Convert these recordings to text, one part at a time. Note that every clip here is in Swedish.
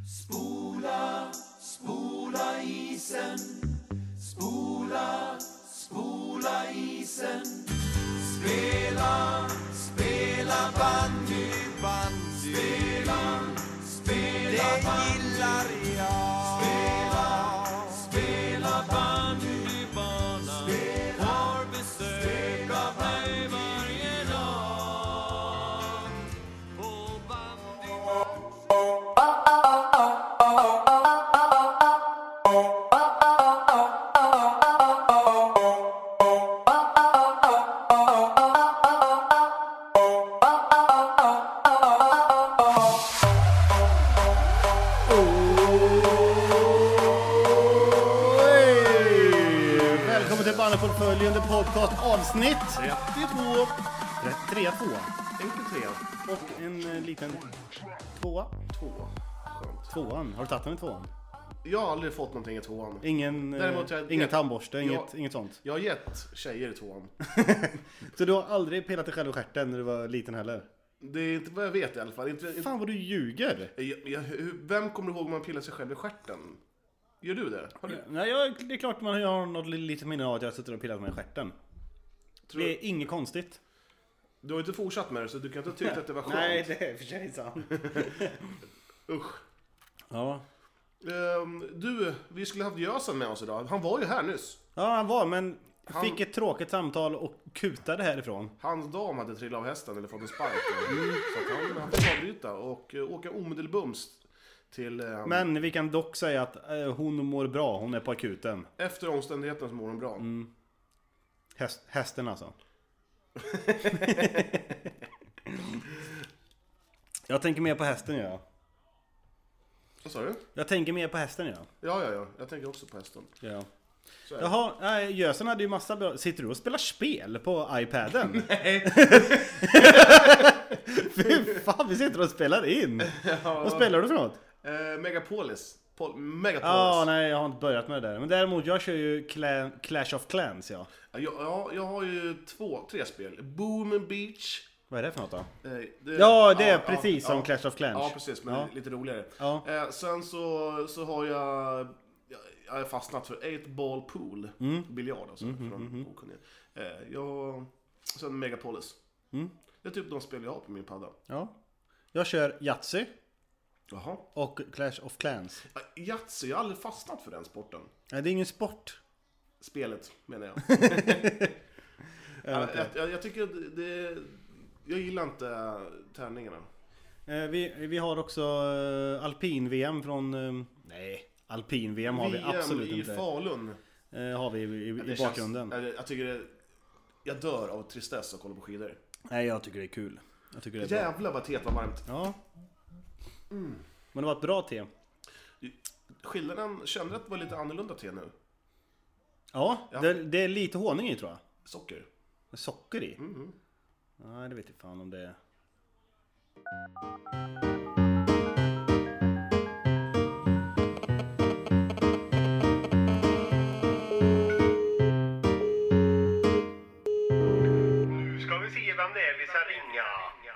Spola, spola isen. Spola, spola isen. Spela, spela bandy, bandy. Spela, spela bandy. Det gillar jag. Spela, spela bandybana. Har besök av mig varje dag. På bandy. Följande podcast avsnitt 32 3-2 Enkel 3 och en liten 2. Skönt. 2an. Har du tagit den i 2an? Jag har aldrig fått någonting i 2an. Ingen tandborste, inget sånt. Jag har gett tjejer i 2an. Så du har aldrig pelat dig själv i stjärten när du var liten heller? Det är inte vad jag vet i alla fall. Fan vad du ljuger. Vem kommer ihåg om man pillar sig själv i stjärten? Gör du det? Har du? Nej, det är klart man har något litet minne av att jag sitter och pillat mig i stjärten. Det är inget konstigt. Du har inte fortsatt med det så du kan inte tycka att det var skönt. Nej, det är för sig sant. Usch. Ja. Vi skulle haft Jösen med oss idag. Han var ju här nyss. Ja, han var, men fick ett tråkigt samtal och kutade härifrån. Hans dam hade trillat av hästen eller fått en spark. Så att han fick avbryta och åka omedelbums till... Men vi kan dock säga att hon mår bra, hon är på akuten. Efter omständigheten så mår hon bra. Hästen alltså. Jag tänker mer på hästen, ja. Vad sa du? Jag tänker mer på hästen, ja. Ja. Jag tänker också på hästen. Ja. Jaha, Jösen hade ju massa bra... Sitter du och spelar spel på iPaden? Nej. Fy fan, vi sitter och spelar in. Ja. Vad spelar du för något? Megapolis. Nej, jag har inte börjat med det där. Men däremot, jag kör ju Clash of Clans, ja. Jag har ju 3 spel. Boom Beach. Vad är det för något då? Det är precis som Clash of Clans. Ja, precis, men lite roligare. Ja. Sen så har jag har fastnat för 8-ball pool. Biljard alltså, från okunnig. Sen Megapolis. Det är typ de spel jag har på min padda. Ja. Jag kör Yatzy. Jaha. Och Clash of Clans. Yatzy, jag har aldrig fastnat för den sporten. Nej, det är ingen sport. Spelet, menar jag. Jag tycker det... Jag gillar inte tärningarna. Vi har också alpin-VM från... Nej, alpin-VM har vi absolut inte. VM i Falun. Har vi i bakgrunden. Jag tycker jag dör av tristess att kolla på skidor. Nej, jag tycker det är kul. Jävlar vad teet var varmt. Ja. Men det var ett bra te. Skillnaden, kände du att det var lite annorlunda te nu? Ja. Det är lite honung i, tror jag. Socker. Socker i? Nej, det vet jag fan om det är. Nu ska vi se vem det är vi ska ringa.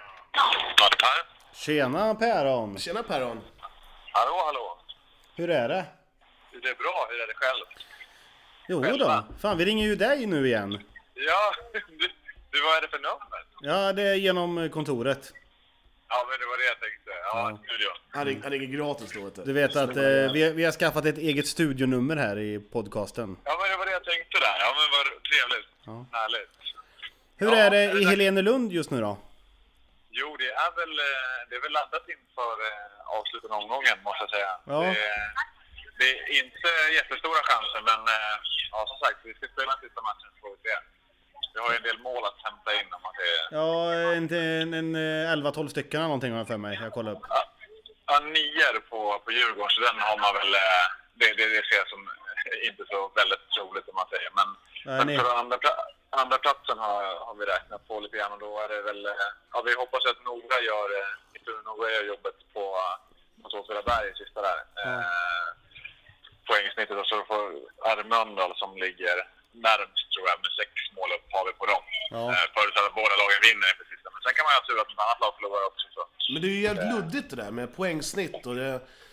Tjena Päron. Tjena Päron. Hallå. Hur är det? Det är bra, hur är det själv? Jo då. Fan, vi ringer ju dig nu igen. Ja, du vad är det för nummer? Ja, det är genom kontoret. Ja, men det var det jag tänkte. Ja. Studio. Han ringer gratis då, vet du. Du vet att vi har skaffat ett eget studionummer här i podcasten. Ja, men det var det jag tänkte där. Ja, men vad trevligt. Ja. Härligt. Hur är det i Helenelund just nu då? Jo, det är väl laddat inför avslutande omgången, måste jag säga. Ja. Det är inte jättestora chanser, men ja, som sagt, vi ska spela sista matchen, får vi se. Vi har ju en del mål att hämta in om man säger. Ja, en 11-12 stycken eller någonting har jag för mig. Jag kollar upp. Ja, 9 på Djurgården, så den har man väl... Det ser som inte så väldigt troligt om man säger. Men för andra platsen har vi räknat på lite grann, och då är det väl... Ja, vi hoppas att Nora gör jobbet på Åtvidaberg i sista där. Poängsnittet, och så får Armöndal som ligger närmst, tror jag, med 6 mål upp har vi på dem. Ja. Förutsatt att båda lagen vinner i precis. Men sen kan man ju ha tur att något annat lag förlorar också. Så. Men det är ju jävligt luddigt det där med poängsnitt och det...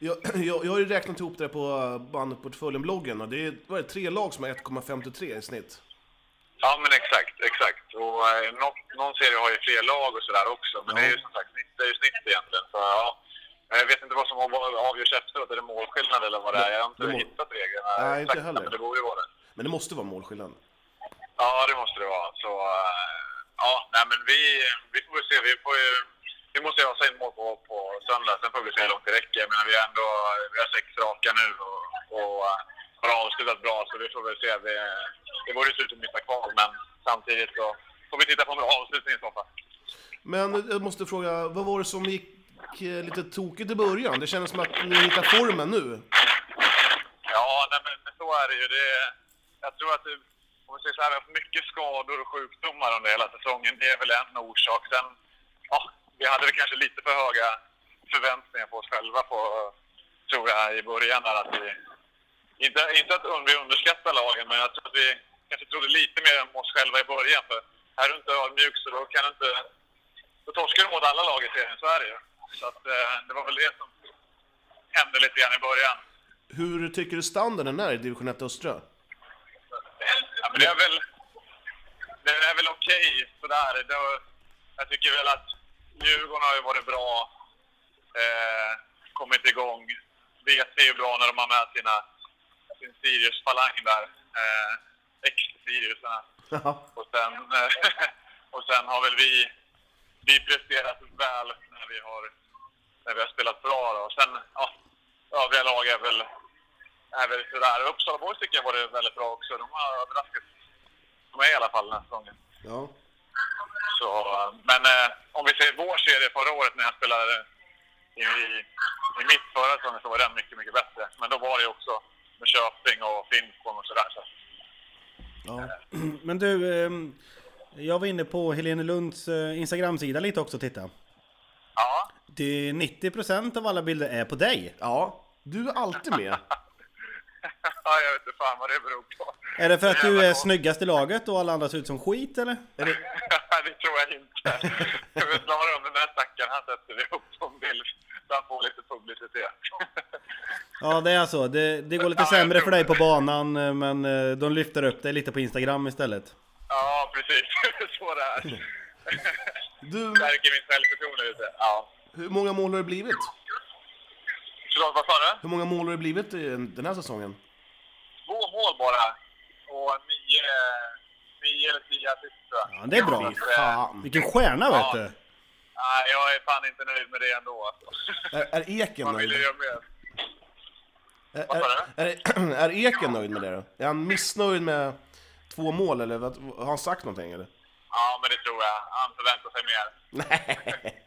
Jag har ju räknat ihop det på bandportföljen-bloggen och det är 3 lag som har 1,53 i snitt. Ja, men exakt. Och någon serie har ju fler lag och sådär också, men det är ju som sagt snitt egentligen. Så ja, jag vet inte vad som avgörs efteråt, är det målskillnad eller vad det är? Jag har inte hittat reglerna. Nej, inte heller. Men det borde ju vara det. Men det måste vara målskillnad. Ja, det måste det vara. Så ja, nej men vi får se. Vi måste ju ha sin mål på söndag, sen får vi se hur långt det räcker. Jag menar, vi har 6 raka nu och har avslutat bra, så vi får väl se. Det vore ju slut att missa kval, men samtidigt så får vi titta på en bra avslutning i så fall. Men jag måste fråga, vad var det som gick lite tokigt i början? Det kändes som att ni hittar formen nu. Ja, nej, men så är det ju. Jag tror att om vi säger så här, vi har haft mycket skador och sjukdomar under hela säsongen. Det är väl en orsak. Sen, ja, vi hade väl kanske lite för höga förväntningar på oss själva tror jag, i början där, att vi inte att vi underskattar lagen, men jag tror att vi kanske trodde lite mer om oss själva i början, för här är du inte ödmjuk, så då torskar du mot alla lag i serien, så är det ju. Så att det var väl det som hände lite grann i början. Hur tycker du standarden är i division 1 Östra? Ja, men det är väl okej sådär. Jag tycker väl att Djurgården har ju varit bra, kommit igång. Vet är ju bra när de har med sin Sirius-falang där. Ex-Siriusarna. Och sen har väl vi presterat väl när vi har spelat bra då. Och sen, ja, övriga lag är väl sådär. Uppsala Boys tycker jag var det väldigt bra också. De har överraskat mig i alla fall den här säsongen. Ja. Så, men om vi ser vår serie förra året när jag spelade i mitt förra säsongen, så var den mycket, mycket bättre. Men då var det också med Köping och Finspång och sådär. Så. Ja. Men du, jag var inne på Helene Lunds Instagram-sida lite också och titta. Ja. Det är 90% av alla bilder är på dig. Ja, du är alltid med. Ja, jag vet inte fan vad det beror på. Är det för att du är snyggast i laget och alla andra ser ut som skit, eller? Det tror jag inte. Jag vet snarare om den där stackaren, han sätter det upp på en bild så han får lite publicitet. Ja, det är så. Det går lite sämre för dig på banan, men de lyfter upp dig lite på Instagram istället. Ja, precis. Så det är. Du... Stärker min självförtroende lite. Ja. Hur många mål har det blivit? Förlåt, vad sa du? Hur många mål har det blivit i den här säsongen? 2 mål bara. Och 9 eller 10 assist. Ja, det är bra. Fan. Vilken stjärna, vet du. Nej, jag är fan inte nöjd med det ändå. Är Eken Man vill nöjd? göra mer. Är Eken nöjd med det då? Är han missnöjd med 2 mål, eller har han sagt någonting, eller? Ja, men det tror jag. Han förväntar sig mer. Nej.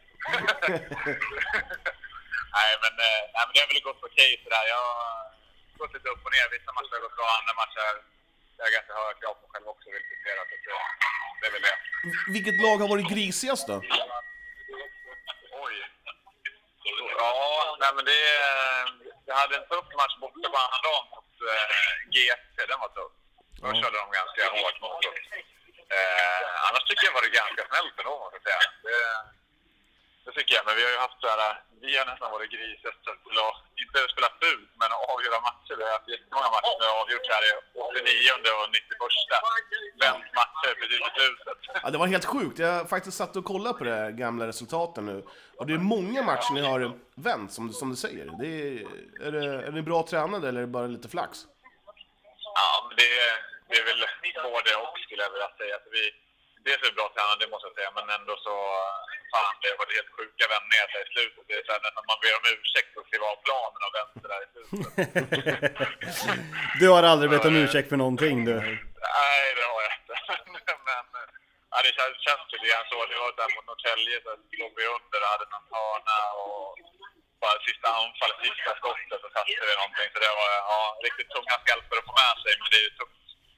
Nej, men det har väl gått okej sådär. Jag har gått lite upp och ner. Vissa matcher har gått bra, andra matcher jag har ganska höga krav på själv också. Det är väl det. Vilket lag har varit grisigast då? Oj. Ja, nej men jag hade en tuff match borta på annan dag mot GT. Den var tuff. Då körde de ganska hårt mot oss. Annars tycker jag var det ganska snällt ändå, måste jag säga. Det tycker jag, men vi har ju haft såhär, vi har nästan varit grisigast till att inte spela fult, men att avgöra matcher. Vi har haft jättemånga matcher som vi har avgjort här i 89 och 91. Vänt matcher precis i slutet. Ja, det var helt sjukt. Jag har faktiskt satt och kollat på det gamla resultaten nu. Och det är många matcher ni har vänt, som du säger. Är ni bra tränade eller är det bara lite flax? Ja, men det är väl både och, skulle jag vilja säga. Att det är så bra tränare, det måste jag säga, men ändå så fan, det var helt sjuka vändningar där i slutet. Det är så här, nästan man ber om ursäkt och skriva av planen och vänster där i slutet. Du har aldrig bett om ursäkt för någonting, du. Nej, det har jag inte. Men ja, det känns lite grann så. Det var där mot Norrtälje, så låg vi under och hade någon hörna och bara sista anfall, sista skottet och satte vi någonting. Så det var riktigt tunga skalper att få med sig, men det är ju tufft.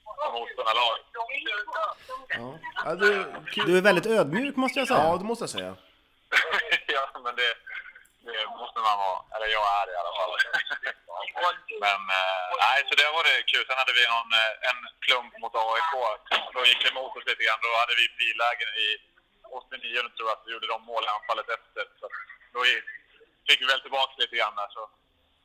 Ja, du är väldigt ödmjuk, måste jag säga. Ja, det måste jag säga. Ja, men det måste man vara. Eller jag är det i alla fall. Men nej, så det var det kul. Sen hade vi en klump mot AIK. Då gick det emot oss lite grann. Då hade vi frilägen i 89, tror jag, att vi gjorde de mål i anfallet efter. Så då fick vi väl tillbaka lite grann där. Så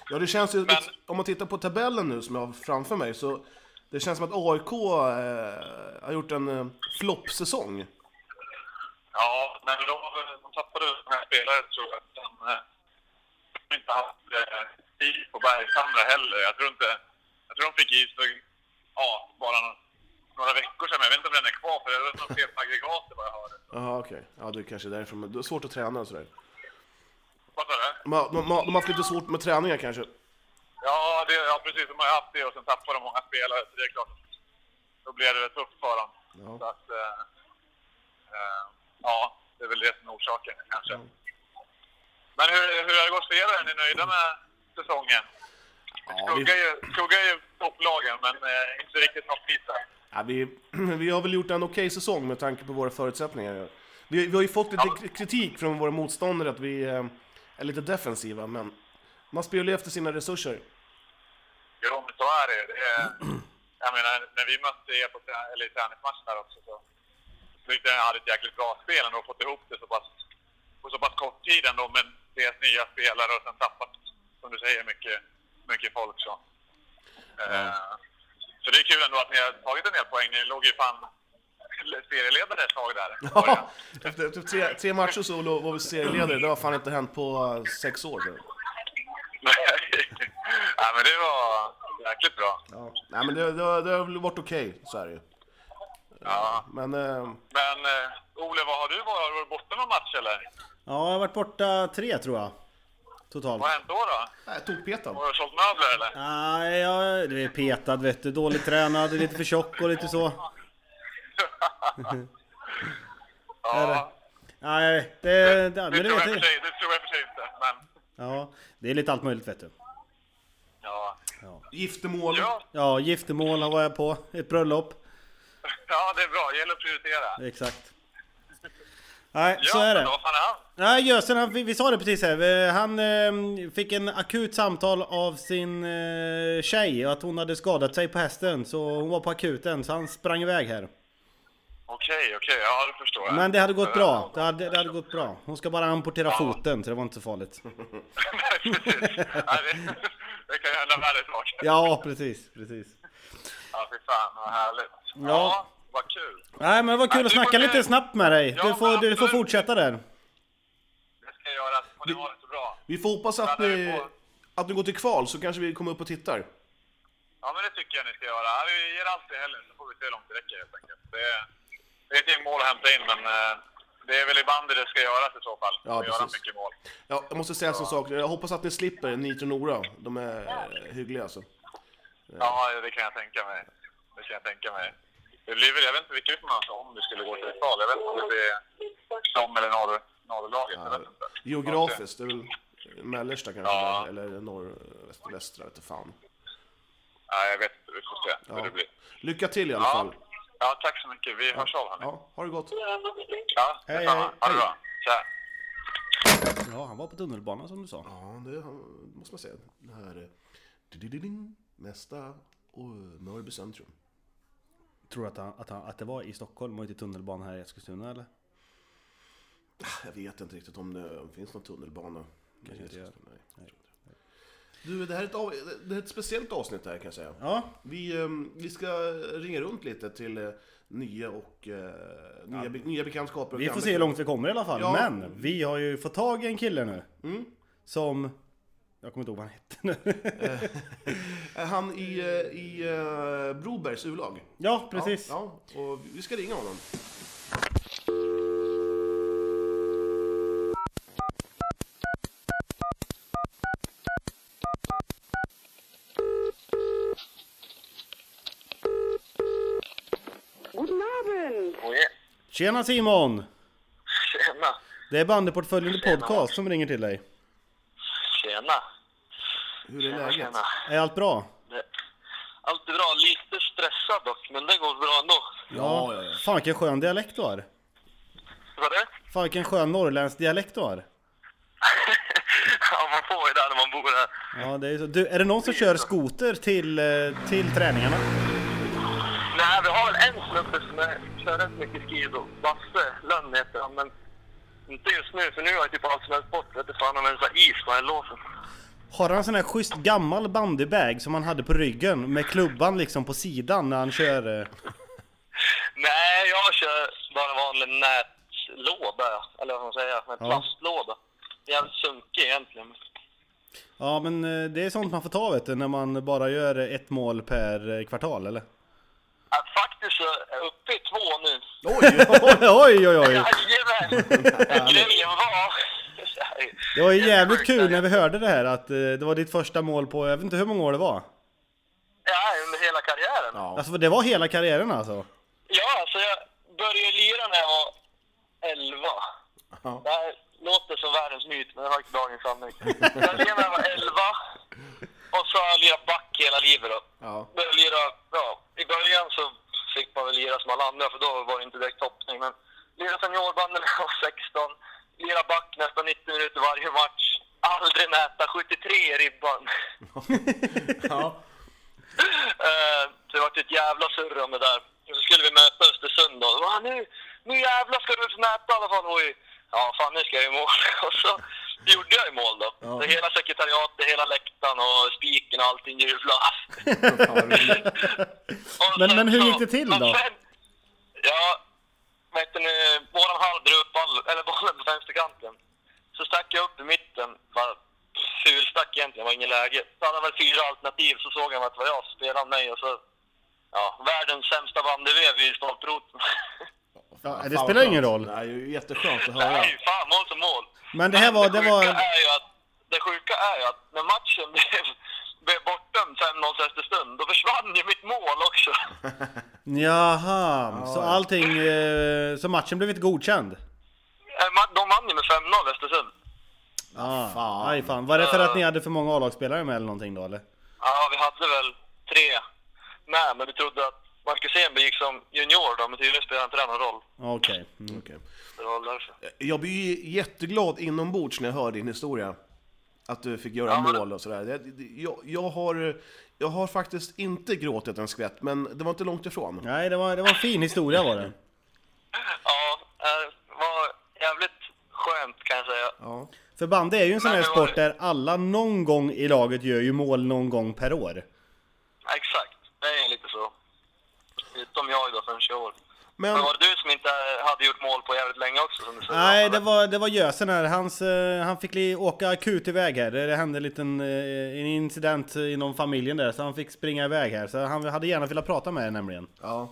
Ja, det känns ju, om man tittar på tabellen nu som jag har framför mig, så det känns som att AIK har gjort en floppsäsong. Ja, men de tappade de här spelare, tror jag. De inte haft tid på Bergshamra heller. Jag tror de fick is för bara några veckor sedan. Men jag vet inte om den är kvar, för det är något fel på aggregatet vad jag hörde. Jaha, okej. Ja, det är kanske därifrån. Men det är svårt att träna och sådär. Vad sa du? De har haft lite svårt med träningar kanske. Ja, precis. De har haft det och sen tappar de många spelare. Så det är klart, då blir det tufft för dem. Ja. Så att, det är väl det som är orsaken kanske. Ja. Men hur har det gått för er? Är ni nöjda med säsongen? Skugga är ju topplagen, men inte riktigt något pizza. Ja, vi har väl gjort en okej säsong med tanke på våra förutsättningar. Vi har ju fått lite kritik från våra motståndare att vi är lite defensiva, men man spelar ju efter sina resurser. Jo, men så är det. Jag menar, när vi mötte er på träningsmatchen där också, så tyckte jag hade ett jäkligt bra spel och fått ihop det på så pass kort tid ändå, med deras nya spelare och sen tappat, som du säger, mycket folk så. Så det är kul ändå att ni har tagit en del poäng. Ni låg ju fan serieledare ett tag där. Ja, efter tre matcher så var vi serieledare. Det har fan inte hänt på 6 år. Nej, men det var jäkligt bra. Ja. Nej, men det har varit okej, så är det ju. Ja. Men Ole, vad har du varit? Har du varit borta någon match eller? Ja, jag har varit borta 3 tror jag. Totalt. Vad har hänt då? Jag tog petad. Har du sålt möbler eller? Nej, det är petad, vet du. Dåligt tränad, lite för tjock och lite så. Ja. Nej, det tror jag för sig inte, men... Ja, det är lite allt möjligt, vet du. Ja. Giftermål. Ja, giftermål var jag på. Ett bröllop. Ja, det är bra. Det gäller att prioritera. Exakt. Nej, så är det. Vad fan är han? Nej, Jösen, vi sa det precis här. Han fick en akut samtal av sin tjej och att hon hade skadat sig på hästen. Så hon var på akuten, så han sprang iväg här. Okej, ja, det förstår jag. Men det hade gått bra. Det hade gått bra. Hon ska bara amputera foten, så det var inte så farligt. Nej, precis. Det kan ju hända värre saker. Ja, precis. Ja, fy fan, vad härligt. Ja. Vad kul. Nej, men vad kul att snacka lite snabbt med dig. Du får fortsätta där. Det ska jag göra, och det var det så bra. Vi får hoppas att ni går till kval, så kanske vi kommer upp och tittar. Ja, men det tycker jag ni ska göra. Vi ger allt i helgen, så får vi se hur långt det räcker helt enkelt. Det är ett gäng mål att hämta in, men det är väl i bandy det ska göras i så fall. Ja, precis. Göra mycket mål. Ja, jag måste säga en sak. Jag hoppas att ni slipper Nitro Nora. De är hyggliga alltså. Ja, det kan jag tänka mig. Det blir väl, jag vet inte vilka man har om du skulle gå till ett tal. Jag vet inte om det blir som eller norrlaget. Ja, geografiskt, det är väl mellersta kanske, eller nordvästra, vet du fan. Ja, jag vet inte, vi får se hur det blir. Lycka till i alla fall. Ja, tack så mycket. Vi hörs av, hörni. Ja, ha det gott. Ja, hej. Ha det bra. Tja. Ja, han var på tunnelbanan som du sa. Ja, det måste man säga. Det här är Mästa och Mörby centrum. Tror du att det var i Stockholm och inte tunnelbanan här i Eskilstuna, eller? Jag vet inte riktigt om det finns någon tunnelbana. Kanske inte gör. Nej. Du, det här är ett speciellt avsnitt här, kan jag säga. Ja. Vi ska ringa runt lite till nya bekantskaper. Vi får se hur långt vi kommer i alla fall. Ja. Men vi har ju fått tag i en kille nu. Som... Jag kommer inte ihåg vad han heter nu. Han i Brobergs U-lag. Ja, precis. Ja, och vi ska ringa honom. God morgon! Tjena Simon! Tjena! Det är Bandyportföljen podcast som ringer till dig. Tjena! Hur är läget? Är allt bra? Allt är bra, lite stressad dock, men det går bra ändå. Ja. Fan vilken skön dialekt du har. Vad är det? Fan vilken skön norrländsk dialekt du har. Ja, man får ju där när man bor här. Ja, det är så. Du, är det någon som kör skoter till träningarna? Nej, vi har väl en snubbe som kör rätt mycket skidor. Basse Lönn heter han, men inte just nu, för nu har jag typ allt smält bort. Vet du fan om en sån här is på den låsen. Har han en sån här schysst gammal bandybag som han hade på ryggen med klubban liksom på sidan när han kör? Nej, jag kör bara vanlig nätlåda, eller vad man säger, en plastlåda. Jävligt sunkig egentligen. Ja, men det är sånt man får ta, vet du, när man bara gör ett mål per kvartal, eller? Att faktiskt är uppe i 2 nu. Oj. Jajamän! Grejen var... Det var ju jävligt kul när vi hörde det här, att det var ditt första mål på, jag vet inte hur många år det var. Ja, under hela karriären. Ja. Alltså det var hela karriären alltså? Ja, alltså jag började lira när jag var 11. Ja. Det här låter som världens myt, men det var inte dagens sanning. Jag lirade när jag var 11. Och så har jag lirat back hela livet då. Ja. I början så fick man väl lira som alla andra, för då var det inte direkt toppning. Men lira seniorbanden när jag var 16. Lira back nästan 90 minuter varje match. Aldrig näta 73 i ribban. Ja. Så det var ett jävla surr om det där. Så skulle vi möta Östersund då. Nu jävla ska du näta i alla fall. Oj. Ja, fan nu ska jag i mål. Och så gjorde jag i mål då. Ja. Så hela sekretariatet, hela läktaren och spiken och allting jublade. Men hur gick det till då? Ja, vet ni, våran halv drog upp bollen på vänsterkanten. Så stack jag upp i mitten. Fulstack egentligen, var ingen läge. Så hade han väl 4 alternativ, så såg han att det var jag som spelade mig. Och så, ja, världens sämsta bandyvev i stolproten. Ja, det spelar ingen roll. Det är ju jätteskönt att höra. Nej, fan, mål som mål. Men det här var... Det sjuka är ju att när matchen blev bortdömd 5-0 efter stund, då försvann ju mitt mål också. Jaha, så allting... Så matchen blev inte godkänd? De vann ju med 5-0 efter stund. Fan. Var det för att ni hade för många A-lagsspelare med eller någonting då, eller? Ja, vi hade väl 3. Nej, men vi trodde att Marcus Enberg gick som junior då, men tydligen spelade inte det någon roll. Okej. Det var därför. Jag blir jätteglad inombords när jag hör din historia. Att du fick göra mål och sådär. Jag har faktiskt inte gråtit en skvätt, men det var inte långt ifrån. Nej, det var en fin historia var det. Ja, det var jävligt skönt kan jag säga. Ja. För bandy är ju en sån här sport där alla någon gång i laget gör ju mål någon gång per år. Exakt, det är lite så. Utom jag då för 20 år. Men var det du som inte hade gjort mål på jävligt länge också? Som du säger? Nej, det var Jösen här. Han fick åka akut iväg här. Det hände en incident inom familjen där, så han fick springa iväg här. Så han hade gärna velat prata med er nämligen. ja.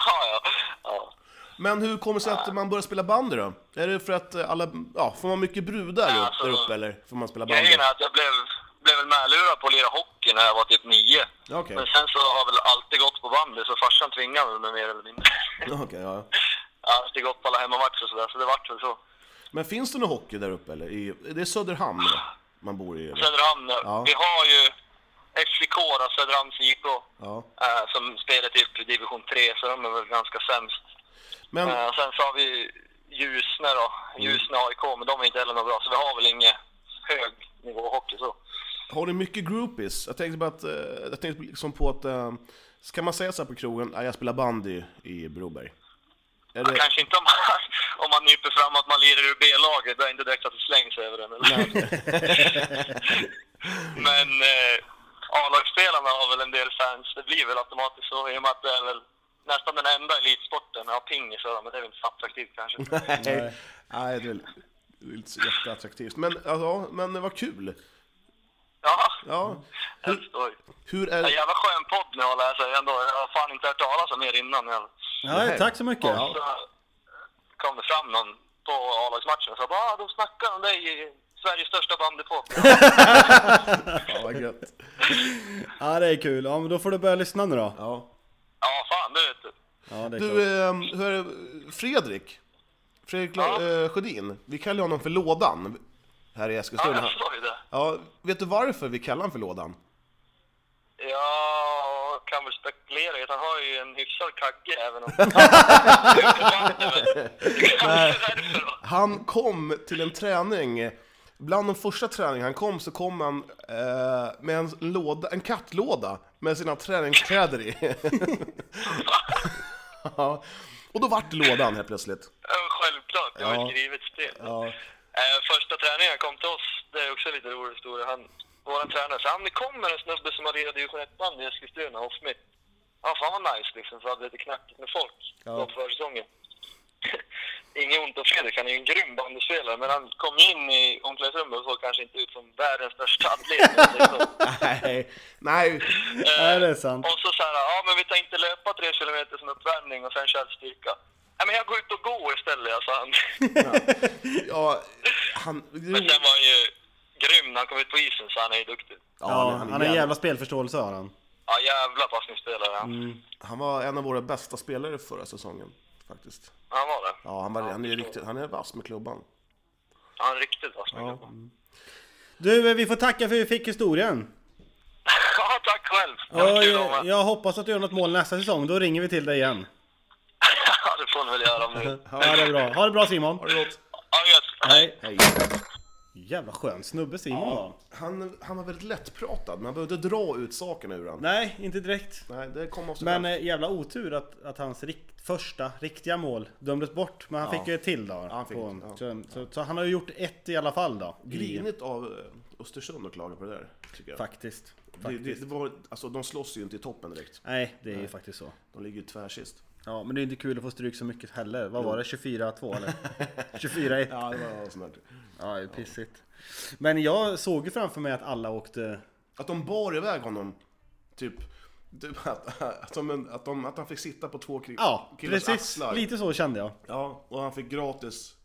Ja. Men hur kommer det sig att man börjar spela bandy då? Är det för att alla, får man mycket brudar där uppe eller får man spela bandy? Grejen är att jag blev väl medlurad på att lira hockey när jag var typ 9. Okay. Men sen så har väl alltid gått på bandy, så farsan tvingade mig mer eller mindre. Okay, ja. Jag har alltid gått på alla hemmamatcher och sådär, så det vart väl så. Men finns det någon hockey där uppe eller? Det är Söderhamn då, man bor i? Eller? Söderhamn, ja. Vi har ju FIK, Söderhamns IK, som spelar typ i division 3, så de är väl ganska sämst. Men... Sen så har vi Ljusne då, Ljusne AIK, men de är inte heller något bra, så vi har väl ingen hög nivå hockey så. Har ni mycket groupies? Jag tänkte liksom på att, ska man säga så här på krogen, jag spelar bandy i Broberg? Ja, det... Kanske inte om man nyper fram att man lirar ur B-laget, det är inte direkt att det slängs över den. Men A-lagsspelarna har väl en del fans, det blir väl automatiskt så, i och med att det är väl nästan den enda elitsporten av pingis, men det är väl inte så attraktivt kanske. Nej, det är inte så jätteattraktivt. Men det var kul. Ja. Hur är det? En jävla skön podd nu håller jag säga ändå. Jag har fan inte hört talas om er innan. Ja, tack så mycket. Och så kom det fram någon på A-lagsmatchen och sa de snackar om dig i Sveriges största bandypop. Ja, vad gött. Ja, det är kul. Ja, men då får du börja lyssna nu då. Ja, fan, det vet du. Ja, det är du, hur är det? Fredrik Sjödin, vi kallar honom för Lådan här i Eskilstuna. Ja, jag sa ju det. Ja, vet du varför vi kallar honom för Lådan? Ja, kan väl spekulera. Han har ju en hyfsad kagge även om... Han kom till en träning. Bland de första träningarna han kom så kom han med en kattlåda med sina träningskläder i. Ja. Och då vart det Lådan helt plötsligt. Ja, självklart. Det var ett skrivet spel. Ja. Första träningen kom till oss, det är också lite rolig historia. våran tränare. Så han kommer en snubbe som har redan division 1-band i Eskilstuna, Hoffmitt. Ja, fan vad nice liksom, så hade lite knackigt med folk på försäsongen. Inget ont om Fredrik, han är ju en grym bandspelare, men han kom in i omklädningsrummet och såg kanske inte ut som världens största atlet. Nej, det är sant. Och så här, ja men vi tänkte löpa 3 kilometer som uppvärmning och sen köra styrka. Ja men jag går ut och går istället, sa han. Men sen var han ju grym när han kom ut på isen, så han är ju duktig. Ja, han har en jävla spelförståelse, har han. Ja, jävla passningsspelare. Han var en av våra bästa spelare förra säsongen, faktiskt. Han var det? Ja, han är vass med klubban. Ja, han är riktigt vass med klubban. Du, vi får tacka för att vi fick historien. Ja, tack själv. Jag hoppas att du gör något mål nästa säsong, då ringer vi till dig igen. Ja, det får ni väl göra nu. Ja, det är bra. Ha det bra, Simon. Ha det gott. Ja, gött. Hej. Jävla skön snubbe, Simon. Ja, han var väldigt lättpratad, men han behövde dra ut sakerna ur han. Nej, inte direkt. Nej, det kom av sig Men själv. jävla otur att hans första riktiga mål dömdes bort. Men han fick ju ett till då. Ja, han fick så han har ju gjort ett i alla fall då. Grinigt av Östersund och klaga på det där, tycker jag. Faktiskt. Det var, alltså, de slåss ju inte i toppen direkt. Nej, det är ju faktiskt så. De ligger ju tvärsist. Ja, men det är inte kul att få stryk så mycket heller. Vad var det? 24-2 eller? 24-1? Ja, det var sånt där. Ja, det är pissigt. Men jag såg ju framför mig att alla åkte... Att de bar iväg honom, typ att han fick sitta på 2 Ja, killars precis. axlar. Lite så kände jag. Ja, och han fick gratis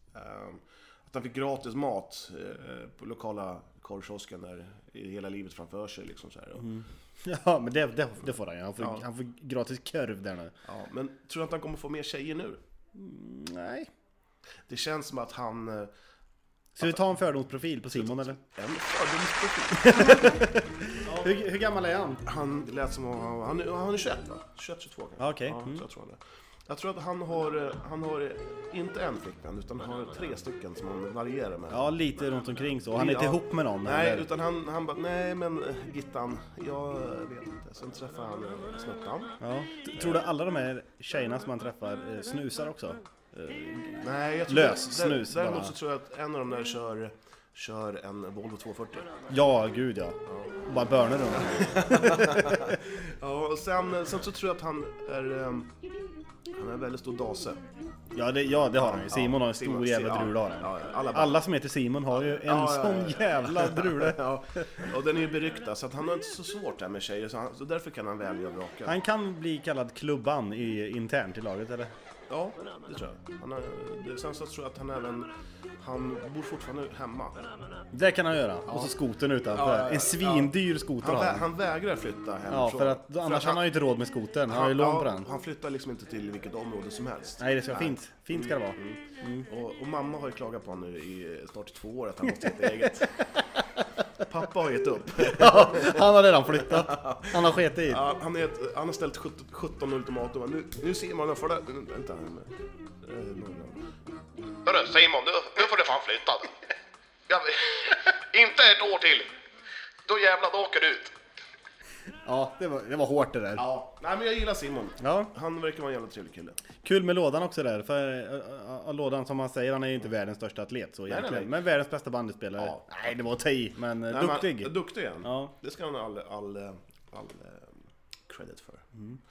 mat på lokala korvkiosken där i hela livet framför sig liksom så här. Ja, men det får han ju. Han får gratis korv där nu. Ja, men tror du att han kommer få mer tjejer nu? Nej. Det känns som att han... Ska vi ta en fördomsprofil på Simon eller? En fördomsprofil. Hur gammal är han? Han lät som han är 21 va? 21-22 kanske. Okej. Ja, så jag tror det. Jag tror att han har inte en flickvän utan har 3 stycken som han varierar med. Ja, lite runt omkring så. Han är inte ihop med någon. Nej, eller? utan han bara, nej men Gittan, jag vet inte. Sen träffar han snuttan. Ja. Tror du alla de här tjejerna som han träffar snusar också? Nej, jag tror snus däremot bara. så tror jag att en av dem där kör en Volvo 240. Ja, gud ja. Bara börnar runt. Ja, och sen så tror jag att han är en väldigt stor dase. Ja, det har han ju. Simon har en stor jävla drula. Ja, alla som heter Simon har ju en sån jävla drula. Ja, och den är ju beryktad så att han har inte så svårt där med tjejer så därför kan han välja att vraka. Han kan bli kallad klubban internt i laget, eller? Ja, det tror jag. Sen så tror jag att han bor fortfarande hemma. Det kan han göra. Och så skoten utanför. En svindyr skoter har han. Han vägrar flytta hemifrån. Ja, för att annars har han ju inte råd med skoten. Han har ju lån på den. Han flyttar liksom inte till vilket område som helst. Nej, det ska vara fint. Fint ska det vara. Och mamma har ju klagat på honom nu i snart 2 år att han måste hitta eget. Pappa har gett upp. Ja, han har redan flyttat. Han har sket i. Ja, han har ställt 17 ultimatum. Nu ser man för det. Vänta. Hörru Simon, nu får du fan flytta. Inte ett år till. Då jävlar då åker du ut. Ja, det var hårt det där. Ja, nej men jag gillar Simon. Ja. Han verkar vara en jävla trevlig kille. Kul med lådan också där. För lådan som man säger, han är ju inte världens största atlet så egentligen. Nej. Men världens bästa bandyspelare. Ja. Nej, det var att ta i, men duktig. Duktig igen. Ja. Det ska han ha all credit för.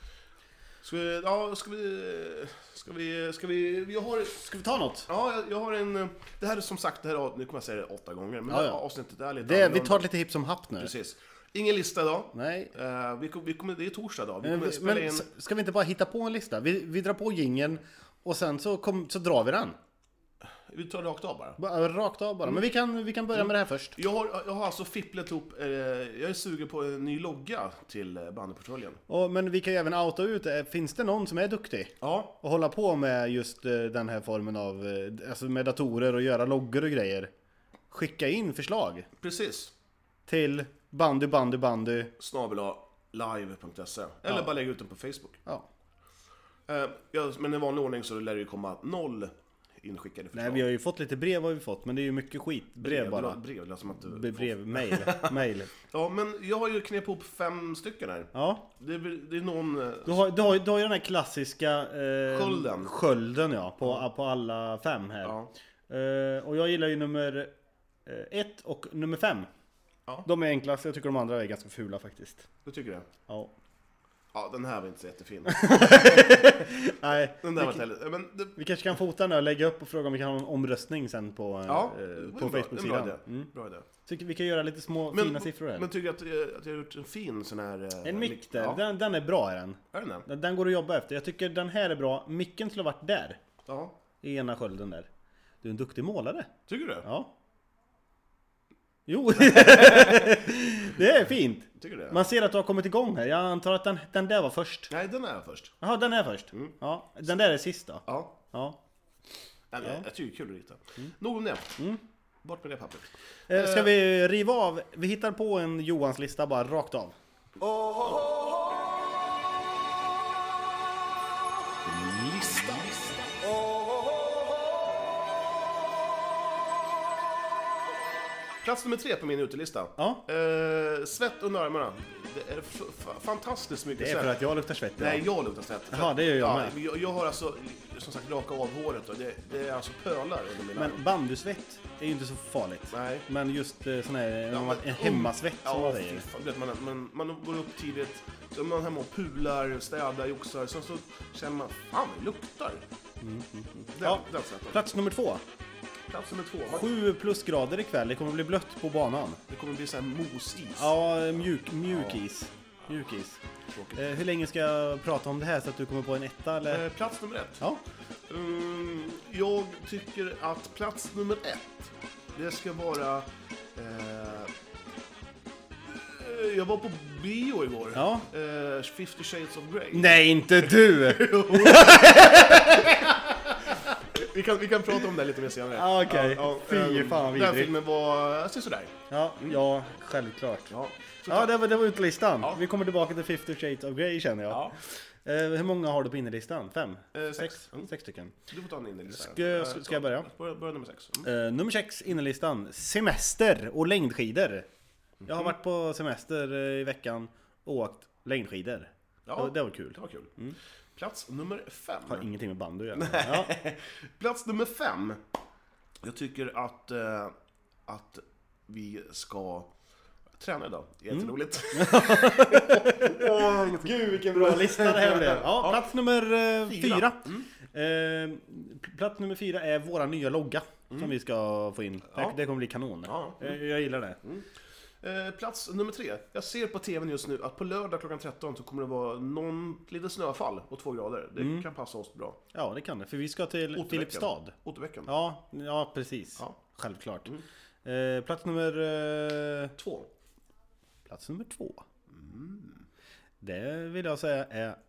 Ska vi ta något? Ja, jag har en... Det här är som sagt, nu kommer jag säga det 8 gånger. Men Ja. avsnittet är lite Vi annorlunda. tar lite hipp som happ nu. Precis. Ingen lista idag. Nej. Vi kommer, det är torsdag idag. Vi kommer spela Men in... ska vi inte bara hitta på en lista? Vi drar på jingeln och sen så drar vi den. Vi tar rakt av bara. Rakt av bara. Men vi kan börja med det här först. Jag har alltså fipplat ihop... jag är sugen på en ny logga till bandyportföljen. Men vi kan ju även outa ut. Finns det någon som är duktig? Ja. Och hålla på med just den här formen av... Alltså med datorer och göra loggor och grejer. Skicka in förslag. Precis. Till bandy @live.se. Eller bara lägga ut den på Facebook. Ja. Men i vanlig ordning så lär det ju komma 0 inskickade förslag. Nej, vi har ju fått lite brev har vi fått, men det är ju mycket skit. Brev bara. Brev, alltså Mail. Ja, men jag har ju knep ihop 5 stycken här. Ja. Det är någon... Du har ju den här klassiska... Skölden, ja. På alla 5 här. Ja. Och jag gillar ju nummer 1 och nummer 5. Ja. De är enklast, jag tycker de andra är ganska fula faktiskt. Du tycker det? Ja. Ja, den här var inte så jättefin. Nej, Den där var inte heller. Men det... vi kanske kan fota den och lägga upp och fråga om vi kan ha en omröstning sen på Facebook-sidan. Bra idé. Så vi kan göra lite små fina siffror här. Men tycker du att jag har gjort en fin sån här... En mick där, ja. den är bra är den. Är den? Den går att jobba efter. Jag tycker den här är bra. Micken skulle ha varit där. Ja. I ena skölden där. Du är en duktig målare. Tycker du? Ja. Jo, det är fint. Tycker du det? Man ser att du har kommit igång här. Jag antar att den där var först. Nej, den är först. Jaha, den är först. Ja, den där är sist då. Ja. Ja. Jag tycker det är kul att rita. Nog om det. Bort med det pappret. Ska vi riva av? Vi hittar på en Johans lista bara rakt av. Lista. Plats nummer 3 på min utelista. Ja. Svett under armarna. Det är fantastiskt mycket Det är svett. för att jag luktar svett. Nej, jag luktar svett. Jaha, det gör jag med. Jag har alltså, som sagt, raka av håret. Och det är alltså pölar under mina Men bandysvett är ju inte så farligt. Nej. Men just sån här en hemmasvett som man säger. Man går upp tidigt, så är man hemma och pular, städar, joxar. Sen så känner man, fan det luktar. Ja. Den svetten. Plats nummer 2. Plats nummer 2. 7 plusgrader ikväll. Det kommer bli blött på banan. Det kommer bli så här mosis. Ja, mjukis. Mjukis. Hur länge ska jag prata om det här så att du kommer på en etta eller? Plats nummer 1. Ja. Jag tycker att plats nummer 1, det ska vara... jag var på bio igår. Ja. 50 Shades of Grey. Nej, inte du! Vi kan prata om det lite mer senare. Ah, okej. Fy fan vidrigt. Den filmen var sådär. Ja, självklart. Ja, det var utlistan. Ja. Vi kommer tillbaka till 50 Shades of Grey känner jag. Ja. Hur många har du på innerlistan? 5? 6. 6 stycken. Du får ta en innerlista. Ska jag börja? Börja nummer 6. Nummer 6 innerlistan. Semester och längdskidor. Jag har varit på semester i veckan och åkt längdskidor. Ja, det var kul. Det var kul. Plats nummer 5. Har ingenting med bandy att göra. Ja. Plats nummer 5. Jag tycker att vi ska träna idag. Jätteroligt. Gud vilken bra lista det här blev. Ja, plats nummer 4. Plats nummer 4 är våra nya logga som vi ska få in. Det kommer bli kanon. Jag gillar det. Plats nummer 3. Jag ser på tvn just nu att på lördag klockan 13 så kommer det vara någon lite snöfall på 2 grader. Det kan passa oss bra. Ja, det kan det. För vi ska till Filipstad. Otterveckan. Ja, precis. Ja. Självklart. Plats nummer 2. Plats nummer 2. Det vill jag säga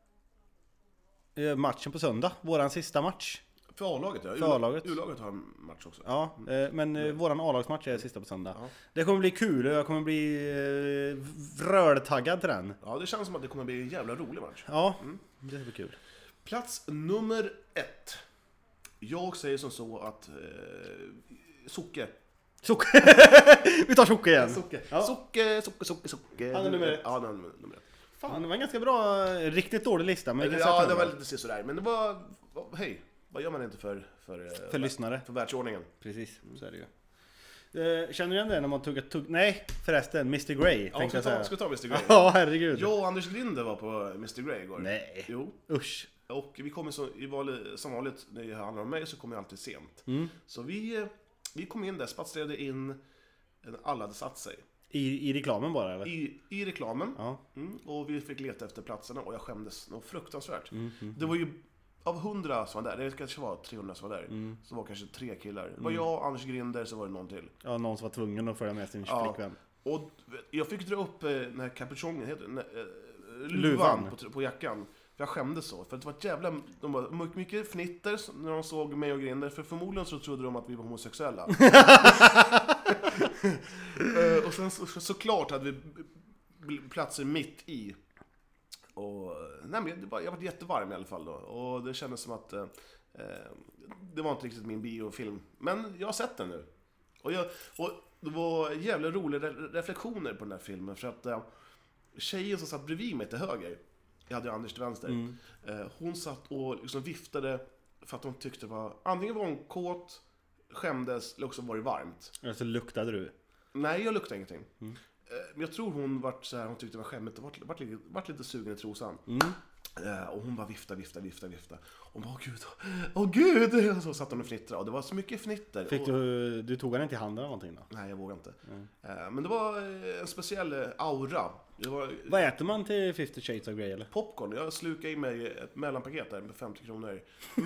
är matchen på söndag. Våran sista match. För A-laget, ja. U-laget har en match också. Ja, men våran A-lagsmatch är sista på söndag. Ja. Det kommer bli kul och jag kommer bli vröltaggad till den. Ja, det känns som att det kommer bli en jävla rolig match. Ja, det blir kul. Plats nummer 1. Jag säger som så att Socke. Vi tar Socke igen. Socke. Han är nummer 1. Ja, han är nummer 1. Fan, det var en ganska bra, riktigt dålig lista. Men det var lite sådär. Men det var, hej, vad gör man inte för lyssnare? För världsordningen. Precis, så är det ju. Känner du igen det när man tuggar Nej, förresten, Mr. Grey. Ja, ska vi ta Mr. Grey? Ja, herregud. Jag och Anders Grinder var på Mr. Grey igår. Nej. Jo. Usch. Och vi kommer som vanligt, när det handlar om mig så kommer jag alltid sent. Så vi kom in där, spatserade in, alla hade satt sig. I reklamen bara eller? I reklamen. Ja. Och vi fick leta efter platserna och jag skämdes något fruktansvärt. Det var ju av 100 som var där, det kanske var 300 som var där, så var kanske 3 killar. Det var jag, Anders Grinder, så var det någon till. Ja, någon som var tvungen att följa med sin flickvän. Och jag fick dra upp den här capuchongen, luvan Luvan. på jackan. För jag skämdes så, för det var ett jävla... De var mycket fnitter när de såg mig och Grinder, för förmodligen så trodde de att vi var homosexuella. Och sen såklart hade vi platser mitt i. Och, nej, men jag var jättevarm i alla fall då. Och det kändes som att det var inte riktigt min biofilm. Men jag har sett den nu. Och det var jävla roliga reflektioner på den här filmen. För att tjejen som satt bredvid mig till höger, jag hade Anders till vänster, hon satt och liksom viftade för att hon tyckte antingen var hon kåt, skämdes eller också var det varmt. Eller så luktade du. Nej, jag luktade ingenting. Jag tror hon vart så här, hon tyckte det var skämmigt och vart lite sugen i trosan. Och hon bara vifta. Och bara, åh gud! Och så satt hon och fnittrade. Och det var så mycket fnitter. Du tog henne till handen eller någonting då? Nej, jag vågade inte. Men det var en speciell aura. Vad äter man till 50 Shades of Grey eller? Popcorn. Jag slukade i mig ett mellanpaket där med 50 kronor.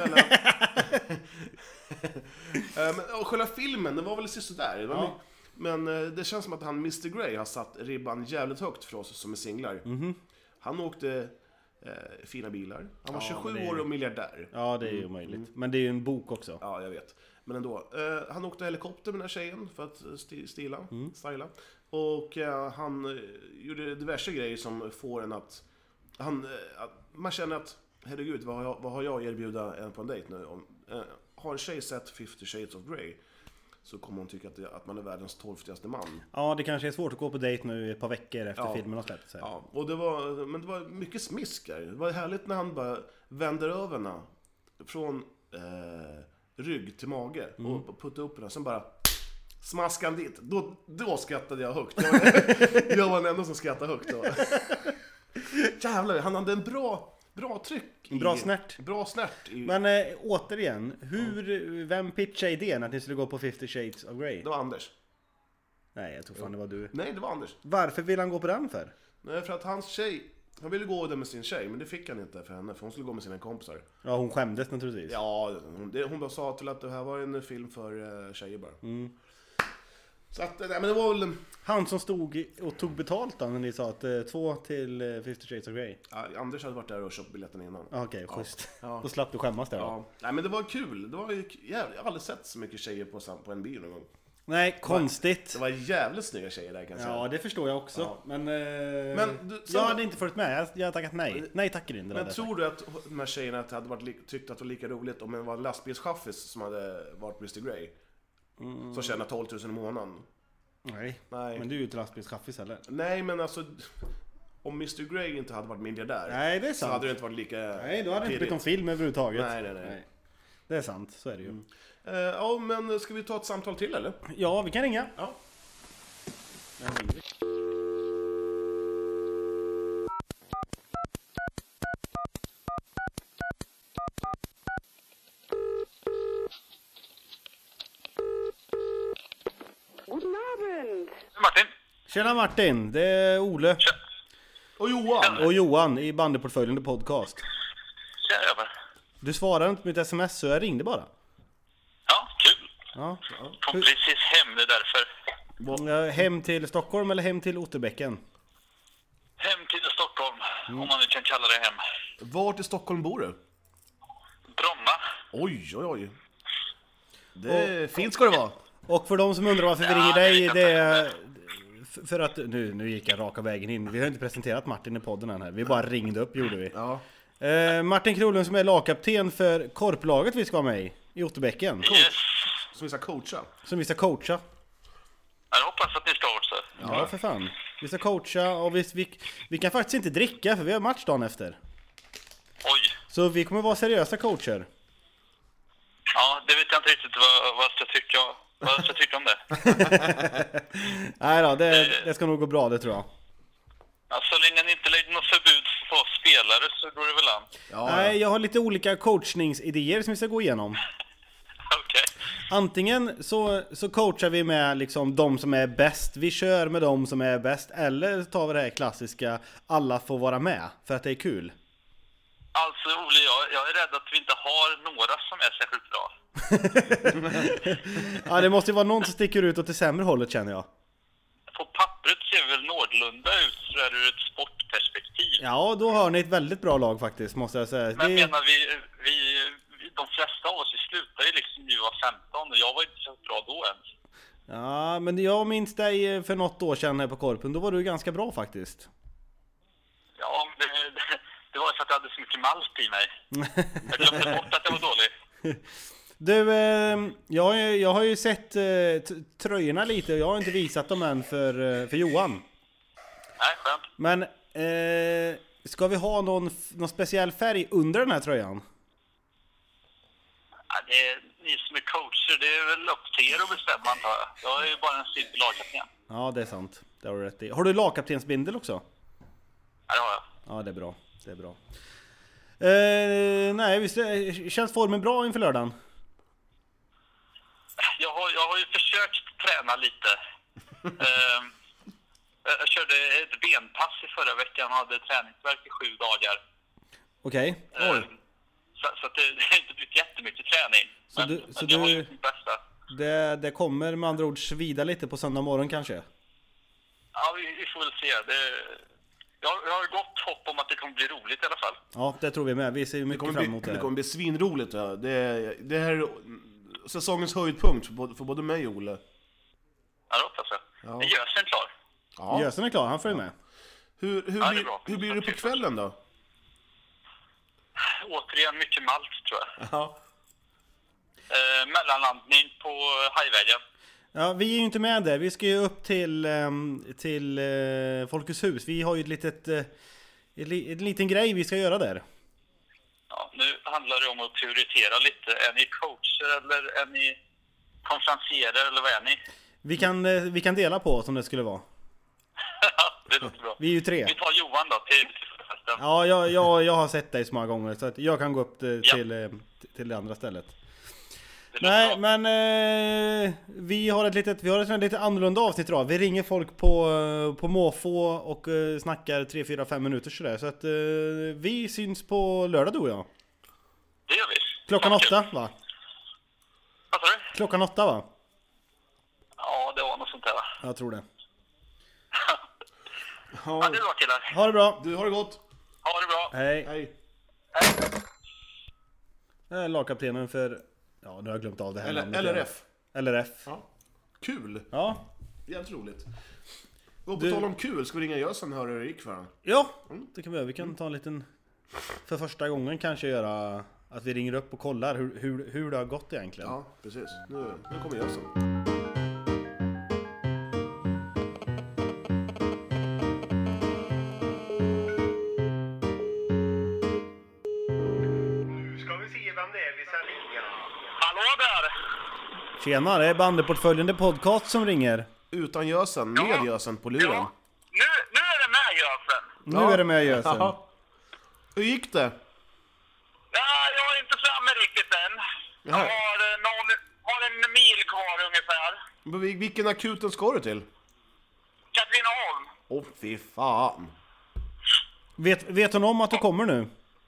Och själva filmen, det var väl sådär. Ja. Men det känns som att han Mr. Grey har satt ribban jävligt högt för oss som är singlar. Han åkte fina bilar. Han var 27 år och miljardär. Ja, det är ju möjligt. Men det är ju en bok också. Ja, jag vet. Men ändå. Han åkte helikopter med den här tjejen för att styla. Och han gjorde diverse grejer som får en att man känner att herregud, vad har jag att erbjuda på en dejt nu? Har en tjej sett 50 Shades of Grey så kommer hon tycka att man är världens torftigaste man. Ja, det kanske är svårt att gå på dejt nu ett par veckor efter filmen har släppts. Ja, och det var mycket smisk här. Det var härligt när han bara vänder överna från rygg till mage och puttar upp den. Sen bara smaskade han dit. Då skrattade jag högt. Jag var den enda som skrattade högt då. Jävlar, han hade en bra tryck. Bra snärt. Men återigen, vem pitchade idén att ni skulle gå på 50 Shades of Grey? Det var Anders. Nej, jag tror fan det var du. Nej, det var Anders. Varför vill han gå på den för? Nej, för att hans tjej, han ville gå där med sin tjej, men det fick han inte för henne, för hon skulle gå med sina kompisar. Ja, hon skämdes naturligtvis. Ja, hon bara sa till att det här var en film för tjejer bara. Så att, nej, men det var väl... Han som stod och tog betalt då när ni sa att 2 till 50 Shades of Grey. Ja, Anders hade varit där och köpt biljetten innan. Okej, schysst. Ja. Då slapp du skämmas där då. Nej, men det var kul. Det var jag har aldrig sett så mycket tjejer på en bio någon gång. Nej, konstigt. Det var jävligt snygga tjejer där kanske. Ja, det förstår jag också. Ja. Men jag hade inte följt med. Jag har tackat nej. Nej, tackar inte. Men tror du att de här tjejerna hade tyckt att det var lika roligt om det var en lastbilschaffis som hade varit Mr. Grey? Som tjänar 12 000 i månaden. Nej, men du är ju inte lastbilschaffis heller. Nej, men alltså om Mr. Grey inte hade varit miljardär. Nej, det är sant. Så hade det inte varit lika. Nej, då hade det inte blivit någon film överhuvudtaget. Nej. Det är sant, så är det ju. Ja, men ska vi ta ett samtal till eller? Ja, vi kan ringa. Ja. Martin. Tjena Martin, det är Ole. Och Johan i Bandyportföljen podcast. Tjena. Du svarade inte på mitt sms så jag ringde bara. Ja, kul. Ja. Kom precis hem, det är därför. Hem till Stockholm eller hem till Otterbäcken? Hem till Stockholm, om man nu kan kalla det hem. Vart i Stockholm bor du? Bromma. Oj. Fint ska det vara. Och för de som undrar varför vi ringer dig, det är för att nu gick jag raka vägen in. Vi har inte presenterat Martin i podden än här. Vi bara ringde upp, gjorde vi. Ja. Martin Krolund som är lagkapten för korplaget vi ska vara med i Otterbäcken. Yes. Som vi ska coacha. Jag hoppas att ni ska också. Ja, för fan. Vi ska coacha och vi kan faktiskt inte dricka för vi har match dagen efter. Oj. Så vi kommer vara seriösa coacher. Ja, det vet jag inte riktigt vad jag ska tycka om det. Nej då, det ska nog gå bra, det tror jag. Alltså, länge ni inte lägger något förbud på spelare så går det väl an. Ja. Nej, jag har lite olika coachningsidéer som vi ska gå igenom. Okej. Antingen så coachar vi med liksom de som är bäst. Vi kör med de som är bäst. Eller tar vi det här klassiska, alla får vara med för att det är kul. Alltså Ole, jag är rädd att vi inte har några som är särskilt bra. Ja, det måste ju vara någon som sticker ut åt det sämre hållet, känner jag. På pappret ser väl Nordlunda ut så är det ur ett sportperspektiv. Ja, då har ni ett väldigt bra lag faktiskt, måste jag säga. Men menar vi de flesta av oss, vi slutar ju liksom när vi var 15 och jag var inte så bra då ens. Ja, men jag minns dig för något år sedan här på Korpen. Då var du ganska bra faktiskt. Ja, det var så att jag hade så mycket malt i mig. Jag glömde bort att jag var dålig. Du, jag har ju sett tröjorna lite och jag har inte visat dem än för Johan. Nej, skönt. Men ska vi ha någon speciell färg under den här tröjan? Ja, det är ni som är coacher, det är väl upp till er att bestämma, antar jag. Jag är ju bara en simpel lagkapten. Ja, det är sant. Det har du rätt i. Har du lagkaptensbindel också? Ja, det har jag. Ja, det är bra. Det är bra. Nej, visst känns formen bra inför lördagen? Jag har ju försökt träna lite. Jag körde ett benpass i förra veckan och hade träningsvärk i 7 dagar. Okej. Så att det har inte blivit jättemycket träning. Men jag har gjort mitt bästa. Det kommer med andra ord svida lite på söndag morgon kanske? Ja, vi får väl se. Jag har gott hopp om att det kommer bli roligt i alla fall. Ja, det tror vi med. Vi ser ju mycket fram emot det. Det kommer bli svinroligt. Ja. Det här är säsongens höjdpunkt för både mig och Olle. Ja, det hoppas jag. Ja. Är Gösen klar? Ja. Gösen är klar, han följer med. Hur blir det på kvällen då? Återigen mycket malt, tror jag. Ja. Mellanlandning på Highvägen. Ja, vi är ju inte med där. Vi ska ju upp till Folkets hus. Vi har ju en liten grej vi ska göra där. Ja, nu handlar det om att prioritera lite. Är ni coacher eller är ni konferencierer eller vad är ni? Vi kan dela på oss om det skulle vara. Det låter bra. Vi är ju 3. Vi tar Johan då till festen. Ja, jag har sett dig så många gånger så att jag kan gå upp till det andra stället. Nej, men vi har ett lite annorlunda avsnitt då. Vi ringer folk på måfå och snackar 3-4-5 minuter sådär. Så att vi syns på lördag, du och jag. Det gör vi. Klockan 8, va? Vad sa du? Klockan 8, va? Ja, det var något sånt där, va? Jag tror det. Ja, det är bra, killar. Ha det bra. Du, har det gott. Ha det bra. Hej. Hej. Jag är lagkaptenen för... Ja, nu har jag glömt av det här namnet. LRF. LRF. Ja. Kul. Ja. Jävligt roligt. Och på tal om kul, ska vi ringa Gösen och höra hur det gick för honom? Ja, det kan vi göra. Vi kan ta en liten... För första gången kanske göra... Att vi ringer upp och kollar hur det har gått egentligen. Ja, precis. Nu kommer Gösen. Hallå där! Tjena, det är Bandyportföljen podcast som ringer. Utan Gösen, med Gösen på luren. Ja. Nu är det med Gösen. Nu är det med Gösen. Ja. Hur gick det? Ja, jag är inte framme riktigt än. Jag har en mil kvar ungefär. Vilken akuten ska du till? Katrineholm. Åh, fy fan. Vet hon om att du kommer nu?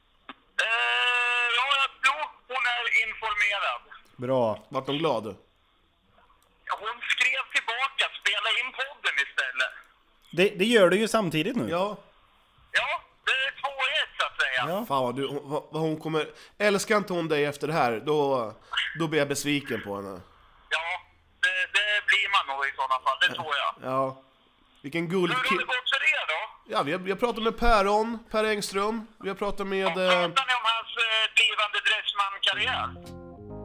Hon är informerad. Bra. Vart de glad? Hon skrev tillbaka, spela in podden istället. Det gör du ju samtidigt nu. Ja. Ja, det är 2-1 så att säga. Ja. Fan vad hon kommer... Älskar inte hon dig efter det här, då blir jag besviken på henne. Ja, det blir man nog i sådana fall, det tror jag. Ja. Vilken Hur har det guldkille. gått för er då? Ja, vi har pratat med Per Engström. Vi har pratat med... Pratar ni om hans blivande dressman-karriär?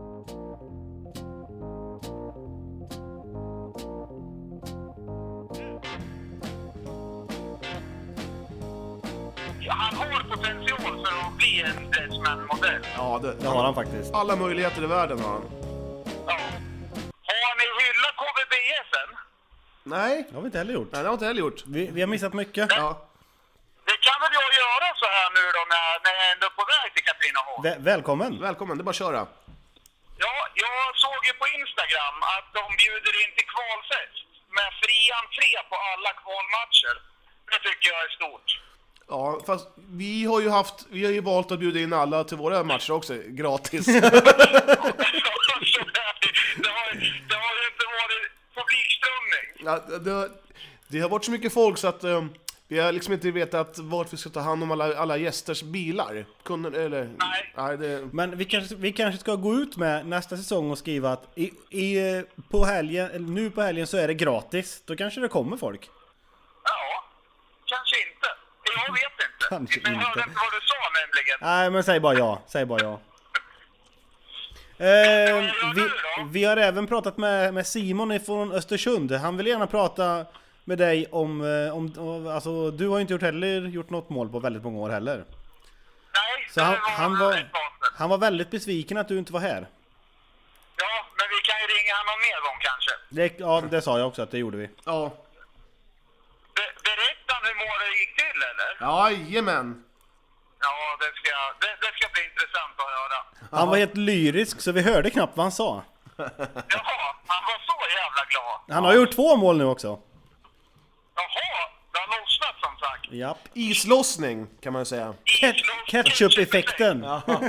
Ja, han har potential för att bli en dressman-modell. Ja, Det har han faktiskt. alla möjligheter i världen har han. Ja. Har ni hyllat KVBS än? Nej, Det har vi inte heller gjort. det har jag inte heller gjort. Vi har missat mycket. Ja. Det kan väl jag göra så här nu då när jag är ändå på väg till Katrineholm. Välkommen. Välkommen, det är bara att köra. Ja, jag såg ju på Instagram att de bjuder in till kvalfest med fri entré på alla kvalmatcher. Det tycker jag är stort. Ja, fast vi har ju valt att bjuda in alla till våra matcher också, gratis. Det har ju inte varit publikströmning. Ja, det har varit så mycket folk så att vi har liksom inte vetat vart vi ska ta hand om alla gästers bilar. Kunder, eller... Nej. Men vi kanske ska gå ut med nästa säsong och skriva att nu på helgen så är det gratis. Då kanske det kommer folk. Ja, kanske inte. Jag vet inte. Kanske Jag hörde inte. inte vad du sa nämligen. Nej, men säg bara ja. Vi har även pratat med Simon från Östersund. Han vill gärna prata med dig om alltså, du har ju inte gjort något mål på väldigt många år heller. Nej, Så han var väldigt besviken att du inte var här. Ja, men vi kan ju ringa honom mer gång kanske. Det sa jag också att det gjorde vi. Ja, eller? Jajamän. Ja, det ska bli intressant att höra. Han var helt lyrisk så vi hörde knappt vad han sa. Jaha, han var så jävla glad. Han har gjort 2 mål nu också. Jaha, det har lossnat som sagt. Japp. Islossning kan man säga. Ketchup-effekten. Ja. Vet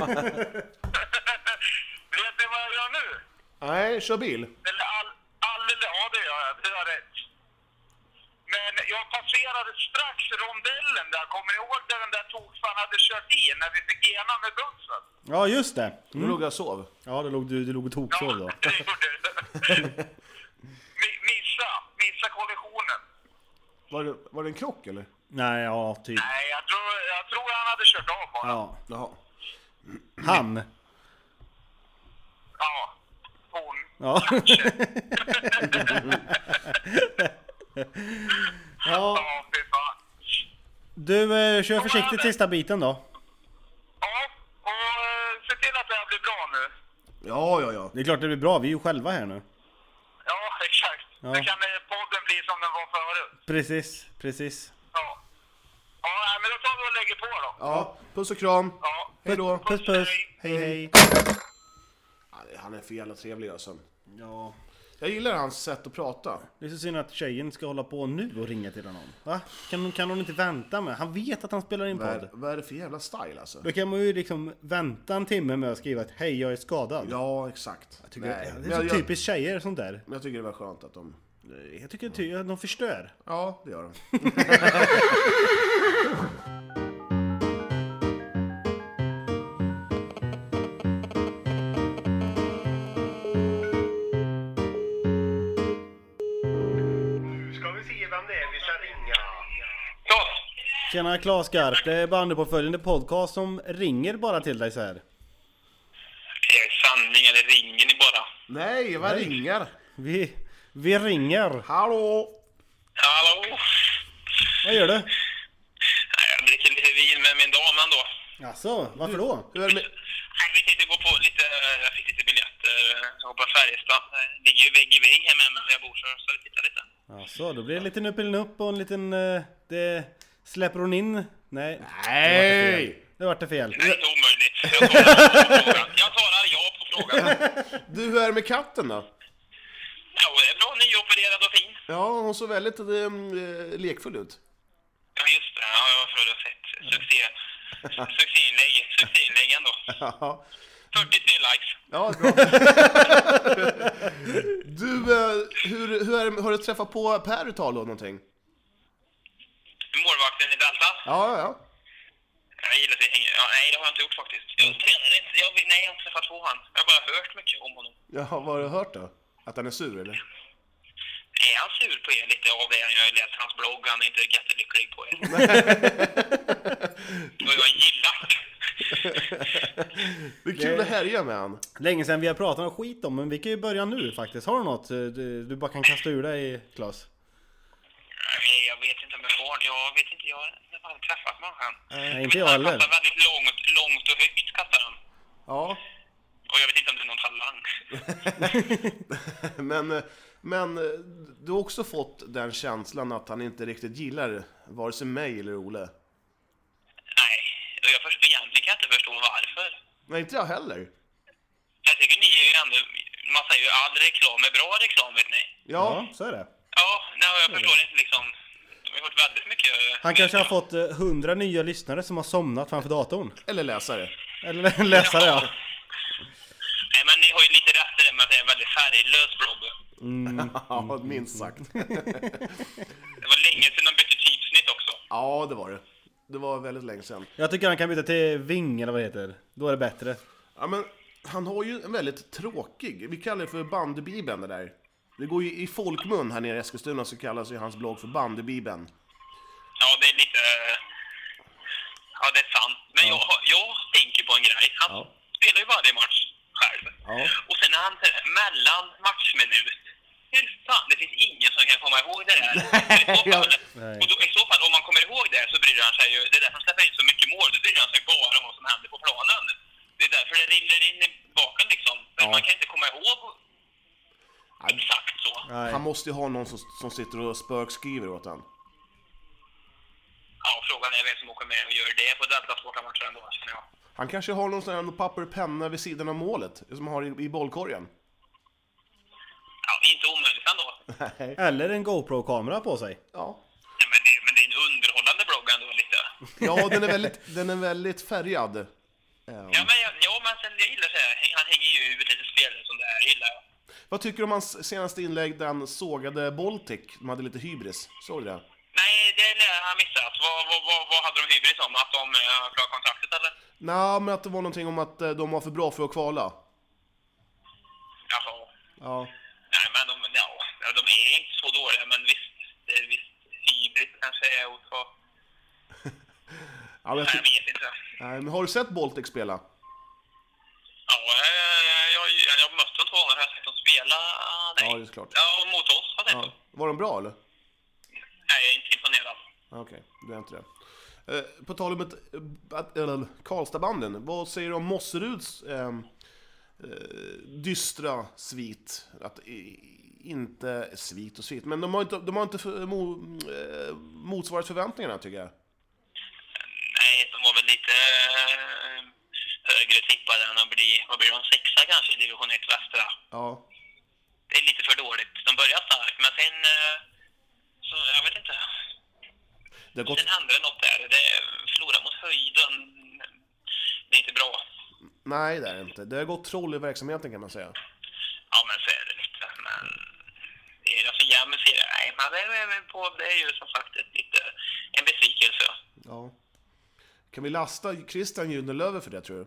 ni vad jag gör nu? Nej, kör bil. Eller ja, det gör jag. Det är rätt. Men jag passerade strax rondellen där. Kommer ni ihåg där den där tokfan hade kört in när vi fick ena med bussen? Ja, just det. Nu låg jag och sov. Ja, du låg och toksov då. Det gjorde du. Missa kollisionen. Var det en krock eller? Nej, ja, typ. Nej, jag tror han hade kört av bara. Ja. Jaha. Han. Ja, hon. Ja. Ja. Ja, fy fan. Du, kör försiktigt sista biten då. Ja, och se till att det här blir bra nu. Ja. Det är klart det blir bra, vi är ju själva här nu. Ja, exakt. Ja. Nu kan podden bli som den var förut. Precis. Ja. Ja, men då tar vi och lägger på då. Ja, puss och kram. Ja. Hej då. Puss. Hej. Han är för jävla trevlig alltså. Ja. Jag gillar hans sätt att prata. Det är så synd att tjejen ska hålla på nu och ringa till någon. Va? Kan hon inte vänta med? Han vet att han spelar in podd. Vad är det för jävla style alltså? Då kan man ju liksom vänta en timme med att skriva att hej, jag är skadad. Ja, exakt. Jag tycker det är så typiskt tjejer sånt där. Men jag tycker det var skönt att de... Jag tycker att de förstör. Ja, det gör de. Tjena Claes Skarp, det är bandypåföljande podcast som ringer bara till dig så här. Det är sanning, eller ringer ni bara? Nej, vad ringer? Vi ringer. Hallå? Hallå? Vad gör du? Jag dricker lite vin med min dam ändå. Jaså, varför då? Hur är det med... Vi tänkte gå på lite, jag fick lite biljetter, gå på Färjestad. Det ligger ju vägg i vägg hemma där jag bor, så vi tittar lite. Jaså, då blir det lite nuppelnupp och en liten... Det släpper hon in? Nej. Nej! Det vart det fel. Det är inte omöjligt. Jag svarar ja på frågan. Du, hur är det med katten då? Ja, det är bra, nyopererad och fin. Ja, hon såg väldigt lekfull ut. Ja, just det. Ja, jag har sett succéinlägg ändå. Ja. 43 likes. Ja, bra. Du, hur är det, har du träffat på Per Utal då någonting? Målvakten i Delta? Ja. Jag gillar det. Ja, nej, det har jag inte gjort faktiskt. Jag tränar inte. Nej, jag har inte träffat på han. Jag har bara hört mycket om honom. Ja, vad har du hört då? Att han är sur eller? Är han sur på er lite av det? Jag har läst hans blogg. Han är inte jättelycklig på er. Och jag gillar det. Det är kul att härja med han. Länge sedan vi har pratat om skit om, men vi kan ju börja nu faktiskt. Har du något du bara kan kasta ur dig, Claes? Nej, jag vet inte om jag får. Jag vet inte, jag har aldrig träffat människan. Nej, inte jag heller. Han kastar väldigt långt och högt kastar han. Ja. Och jag vet inte om det är någon talang. Men du har också fått den känslan att han inte riktigt gillar vare sig mig eller Ole. Nej, och egentligen kan jag inte förstå varför. Nej, inte jag heller. Jag tycker ni är ju ändå, man säger ju all reklam är bra reklam, vet ni. Ja, så är det. Ja, nej, jag förstår inte liksom. De har fått väldigt mycket. Han kanske har fått 100 nya lyssnare som har somnat framför datorn. Eller läsare. Eller läsare, ja. Nej, men ni har ju lite rätt i det med att det är en väldigt färglös blogg. Ja, minst sagt. Det var länge sedan de bytte typsnitt också. Ja, det var det. Det var väldigt länge sedan. Jag tycker han kan byta till Ving eller vad det heter. Då är det bättre. Ja, men han har ju en väldigt tråkig, vi kallar det för bandybibeln det där. Det går ju i folkmun här nere i Eskilstuna, så kallas ju hans blogg för bandybibeln. Ja, det är lite... Ja, det är sant. Men jag tänker på en grej. Han spelar ju varje match själv. Ja. Och sen när han mellan matchminut. Hur fan, det finns ingen som kan komma ihåg det där. Och då, i så fall, om man kommer ihåg det så bryr han sig ju... Det är därför han släpper in så mycket mål. Då bryr han sig bara om vad som händer på planen. Det är därför det rinner in i baken liksom. Men man kan inte komma ihåg exakt så. Han måste ju ha någon som sitter och spökskriver åt han. frågan är vem som åker med och gör det på Delta-sportmatcher ändå, känner jag. Han kanske har någon sån här papper och penna vid sidan av målet, som han har i bollkorgen. Ja, inte omöjligt ändå. Eller en GoPro-kamera på sig. Ja. Nej, men det är en underhållande blogg ändå lite. Ja, den är väldigt färgad. Men sen jag gillar det. Han hänger ju ut lite spelare som det är, gillar jag. Vad tycker du om hans senaste inlägg där han sågade Baltic? De hade lite hybris, såg du det? Nej, det har jag missat. Vad hade de hybris om? Att de klarade kontraktet eller? Nej, men att det var någonting om att de var för bra för att kvala. Jaha. Ja. Nej, men de är inte så dåliga, men visst hybris kanske är att ta. Ja, jag vet inte. Nej, men har du sett Baltic spela? Ja, jag har mött dem 2 gånger, har jag sett dem spela. Nej. Ja, det är klart. Ja, och mot oss har jag sett dem. Var de bra, eller? Nej, jag är inte imponerad. Okej, det är inte det. På tal om Karlstadbanden, vad säger du om Mosseruds dystra svit? Att inte svit och svit, men de har inte motsvarat förväntningarna, tycker jag. Nej, de var väl lite högre tippade än att bli, vad blir de, 6 kanske i division 1 västra. Ja. Det är lite för dåligt. De börjar starkt, men sen så jag vet inte. Sen hände det något där. Det förlorar mot höjden. Det är inte bra. Nej, det är det inte. Det har gått troll i verksamheten, kan man säga. Ja, men så är det lite. Men det är alltså jämn serie. Nej, men det är ju som sagt en besvikelse. Ja. Kan vi lasta Christian Junelöver för det, tror du?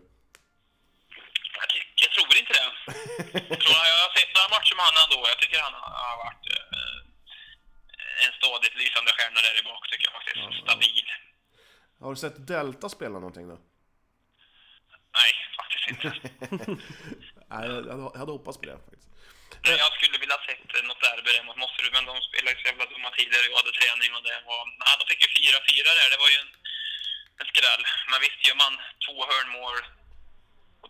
Jag tror inte det. Jag har sett några matcher med han ändå. Jag tycker han har varit en stadigt lysande stjärna där i bak, tycker jag faktiskt. Ja. Stabil. Har du sett Delta spela någonting då? Nej, faktiskt inte. Nej, jag hade hoppats på det faktiskt. Jag skulle vilja sett något derby mot Mosserud, men de spelade så jävla dumma tider. Jag hade träning och det var... Ja, de fick ju 4-4 där. Det var ju en skräll. Men visst, gör man 2 hörnmål och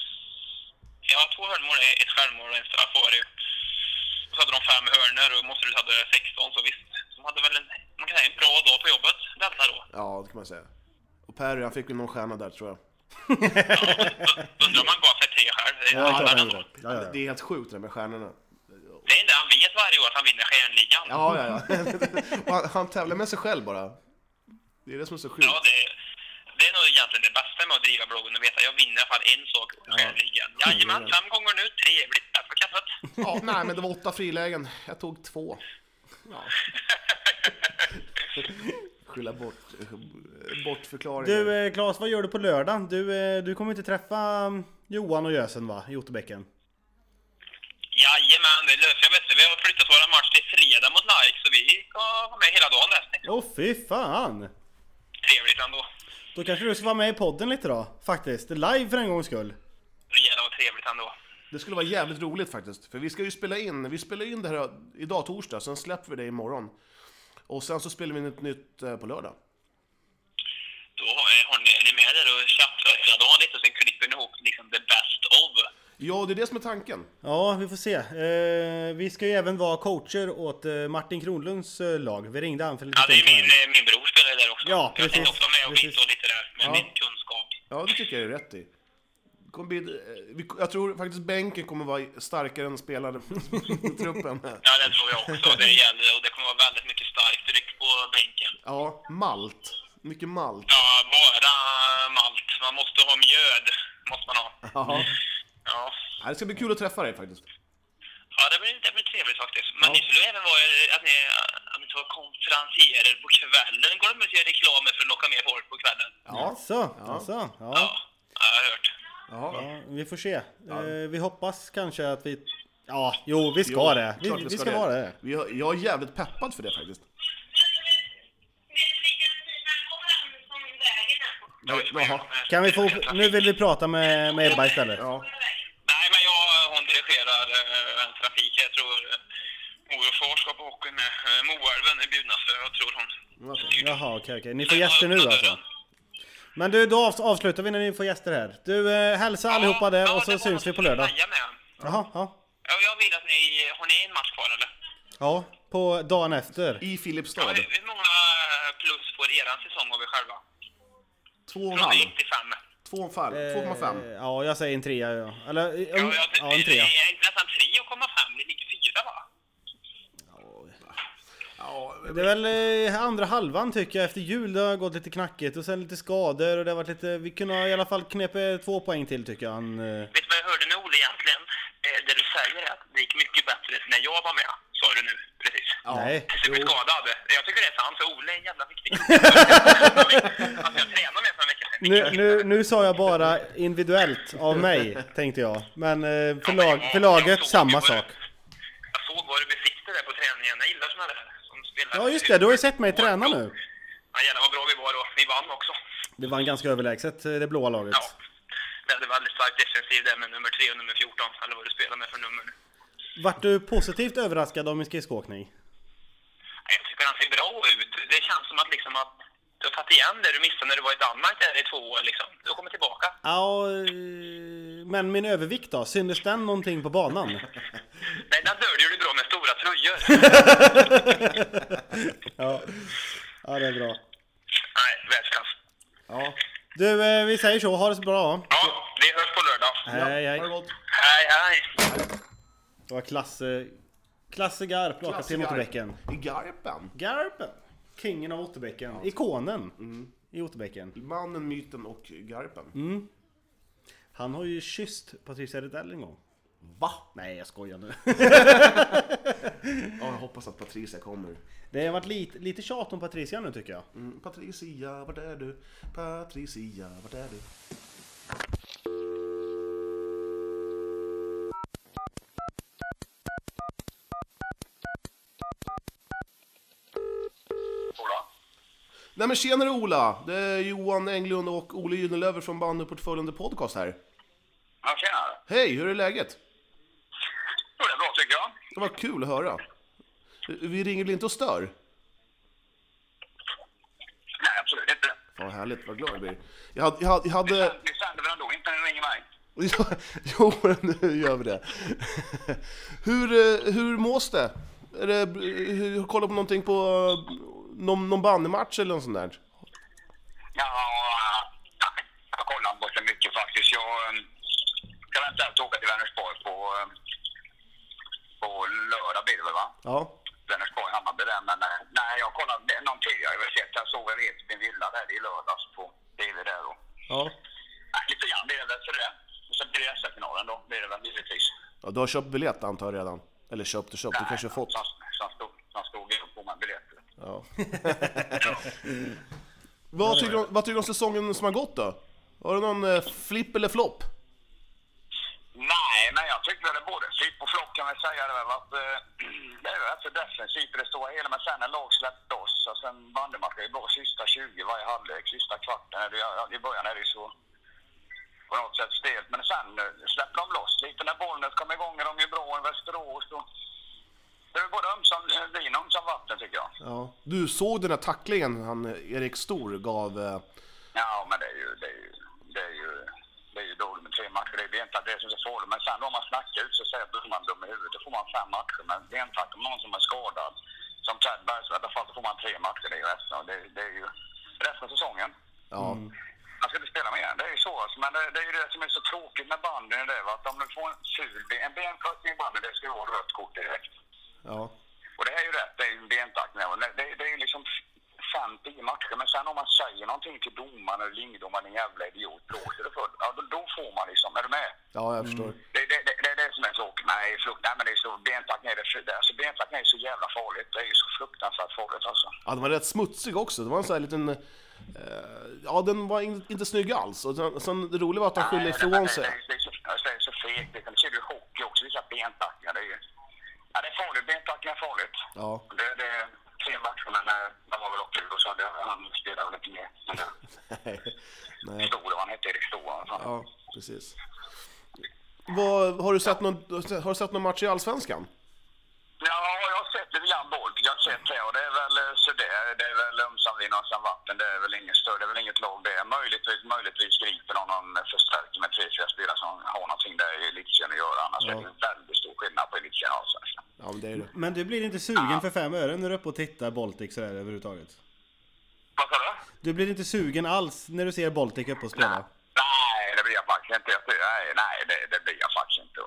2 hörnmål, ett självmål och en straff var det ju. Och så hade de 5 hörnor och Mosserud hade 16, så visst. De hade väl en bra dag på jobbet, Delta då. Ja, det kan man säga. Och Perry, han fick väl någon stjärna där, tror jag. Undrar om han gav sig 3 själv. Det är helt sjukt det med stjärnorna. Det är inte, han vet varje år att han vinner stjärnligan. Ja. Han tävlar med sig själv bara. Det är det som är så sjukt. Ja, det är nog egentligen det bästa med att driva bloggen och veta att jag vinner i alla fall en sak stjärnligan. Jajamän, 5 gånger nu, trevligt, tack för kaffet. Ja, nej, men det var 8 frilägen. Jag tog 2. Ja. Skylla bort förklaringen. Du, Claes, vad gör du på lördag? Du kommer inte träffa Johan och Jösen, va? I Otterbäcken. Jajamän, det löser jag, vet du. Vi har flyttat våra match till fredag mot Like, så vi ska vara med hela dagen där. Åh, fy fan! Trevligt ändå. Då kanske du ska vara med i podden lite då, faktiskt. Live för en gångs skull. Det var trevligt ändå. Det skulle vara jävligt roligt faktiskt. För vi ska ju spela in det här idag torsdag, sen släpper vi det imorgon. Och sen så spelar vi ett nytt på lördag. Då är ni med där och chattar hela dagen lite och sen klipper ni ihop liksom the best of. Ja, det är det som är tanken. Ja, vi får se. Vi ska ju även vara coacher åt Martin Kronlunds lag. Vi ringde han för lite stund sedan. Ja, det är min bror spelar där också. Ja, precis. Jag tänkte också med och bistå lite där med min kunskap. Ja, det tycker jag är rätt i. Jag tror faktiskt bänken kommer vara starkare än spelare truppen. Ja, det tror jag också. Det gäller och det kommer vara väldigt mycket starkt tryck på bänken. Ja, malt. Mycket malt. Ja, bara malt. Man måste ha mjöd. Måste man ha. Ja. Ja. Det ska bli kul att träffa dig faktiskt. Ja, det blir trevligt faktiskt. Men ni skulle även vara att ni tar konferencierer på kvällen. Går de ut och gör reklam för att locka med folk på kvällen? Ja, alltså. Ja, jag har hört. Ja, vi får se. Vi hoppas kanske att vi... Ja, vi ska det. Vi ska vara det. Jag är jävligt peppad för det faktiskt. Kan vi få... Nu vill vi prata med Ebba istället. Ja. Nej, men hon dirigerar trafik. Jag tror mor och far ska på hockey med Moälven i bjudna, så jag tror hon. Jaha, okej. Ni får gäster nu alltså. Men du, då avslutar vi när ni får gäster här. Du, hälsa allihopa där och så syns vi på lördag. Jaha, ja. Jag vill att har ni en match kvar eller? Ja, på dagen efter. I Filipstad. Ja, hur många plus får eran säsong av er själva? 2,5. 2,5. Ja, jag säger en 3. Ja. Eller, en 3. Det är inte nästan 3,5. Det ligger 4, va? Ja, det är väl andra halvan tycker jag. Efter jul det har gått lite knackigt och sen lite skador och det har varit lite... Vi kunde i alla fall knepa 2 poäng till tycker jag. Vet du vad jag hörde med Olle egentligen? Det du säger är att det gick mycket bättre när jag var med. Sa du nu, precis. Ja. Nej. Du är skadad. Jag tycker det är sant, för Olle är en jävla viktig. Alltså jag tränar med för en vecka sedan. Nu sa jag bara individuellt av mig, tänkte jag. Men för laget, samma sak. Jag såg vad du besiktade där på träningen. Jag gillar såna där som spelar. Ja just det, du har ju sett mig träna nu. Ja jävlar vad bra vi var då. Vi vann också. Det var en ganska överlägset, det blåa laget. Ja. Vi hade väldigt starkt defensiv där med nummer 3 och nummer 14. Eller vad du spelar med för nummer nu. Vart du positivt överraskad av min skridskoåkning? Jag tycker han ser bra ut. Det känns som att liksom att du har tagit igen det du missade när du var i Danmark där i 2 år liksom. Du kommer tillbaka. Ja, men min övervikt då? Syndes den någonting på banan? Nej, den döljer du bra med stora tröjor. Ja, det är bra. Nej, världsklass. Ja. Du, vi säger så. Ha det så bra. Ja, vi hörs på lördag. Hej, hej. Ha det gott. Hej. Det var Klasse Garp, raka till Otterbäcken. I Garpen. Garpen. Kingen av Otterbäcken. Ja. Ikonen i Otterbäcken. Mannen, myten och Garpen. Han har ju kysst Patricia Redell en gång. Va? Nej, jag skojar nu. Ja, jag hoppas att Patricia kommer. Det har varit lite tjat om Patricia nu tycker jag. Patricia, vart är du? Patricia, vart är du? Nej men tjenare Ola, det är Johan Englund och Olle Gyllenlöver från Bandyportföljen podcast här. Ja, tjena. Hej, hur är läget? Jo, det är bra tycker jag. Det var kul att höra. Vi ringer väl inte och stör? Nej, absolut inte. Ja, härligt, vad glad jag blir. Jag hade... Vi sänder väl ändå inte när ni ringer mig. Jo, nu gör vi det. Hur mås det? Kollar på någonting på någon bandymatch eller något sånt där? Ja, jag kollar på så mycket faktiskt. Jag kan eventuellt åka till Vänersborg på lördag blir det väl va? Ja. Vänersborg, Hammarby där, men nej, jag kollar någon tidigare. Jag har sett, jag såg en Edsbyn Villa där i lördags på TV där då. Ja. Nej, lite grann blir det väl för det. Och sen blir det SM-finalen då, blir det väl givetvis. Ja, du har köpt biljett antar jag redan. Eller köpt, du kanske har fått. Han stod på med biljetter. Ja. Vad tycker du om säsongen som har gått då? Har du någon flipp eller flopp? Nej, men jag tycker det är både flipp och flopp kan man säga. Det är rätt så defensivt det stora hela, men sen när lag släppte oss och sen bandymatcher är bra sista 20 varje halvlek, sista kvarten. I början är det ju så på något sätt stelt, men sen släpper de loss lite när bollen kommer igång. De är bra i Västerås och det är både ömsom vin och ömsom vatten tycker jag. Ja. Du såg den här tacklingen han Erik Stor gav? Ja, men det är ju dåligt med 3 matcher. Det är inte det som är farligt. Men sen om man snackar ut så säger att man dum i huvudet. Då får man 5 matcher. Men det är inte att om någon som är skadad som Ted Bergsvärd, i alla fall så får man 3 matcher i resten. Och det är ju resten av säsongen. Ja. Man ska inte spela mer. Det är ju så. Alltså. Men det är ju det som är så tråkigt med bandyn. Det är att om du får en benskott i bandyn, det ska ju vara rött kort direkt. Ja. Och det är ju rätt, det är ju en bentack. Det är ju liksom 5-10 matcher, men sen om man säger någonting till domaren eller linjedomaren, en jävla idiot, blåser det för. Ja, då får man liksom, är du med? Ja, jag förstår. Det är det som är tråkigt. Nej, men det är så, bentack är så jävla farligt. Det är ju så fruktansvärt farligt alltså. Ja, den var rätt smutsig också. Det var en sån här liten... ja, den var inte snygg alls. Och sen det roliga var att han skyllde ifrån sig. Det är så fegt. Det ser du i hockey också, vissa bentackningar. Ja, det är farligt. Bentackningar är farligt. Ja. Det är 3 matcher, men de var väl också och så hade han spelat lite mer. Nej. Stor, han hette Erik Stor. Ja, precis. Har du sett någon match i Allsvenskan? Ja, jag har sett lite grann boll. Jag har sett det och det är väl så det är väl ömsamvin och sen vatten. Det är väl inget större, det är väl inget lag det är. Möjligtvis griper någon förstärker med 3-4 spelare som har någonting där i elitserien att göra. Annars är det väldigt stor skillnad på elitserien och Allsvenskan. Ja, men det är det. Men du blir inte sugen för 5 öre när du är uppe och tittar Baltic sådär överhuvudtaget? Du blir inte sugen alls när du ser Baltic upp och spela? Nej, det blir jag faktiskt inte. Det blir jag faktiskt inte.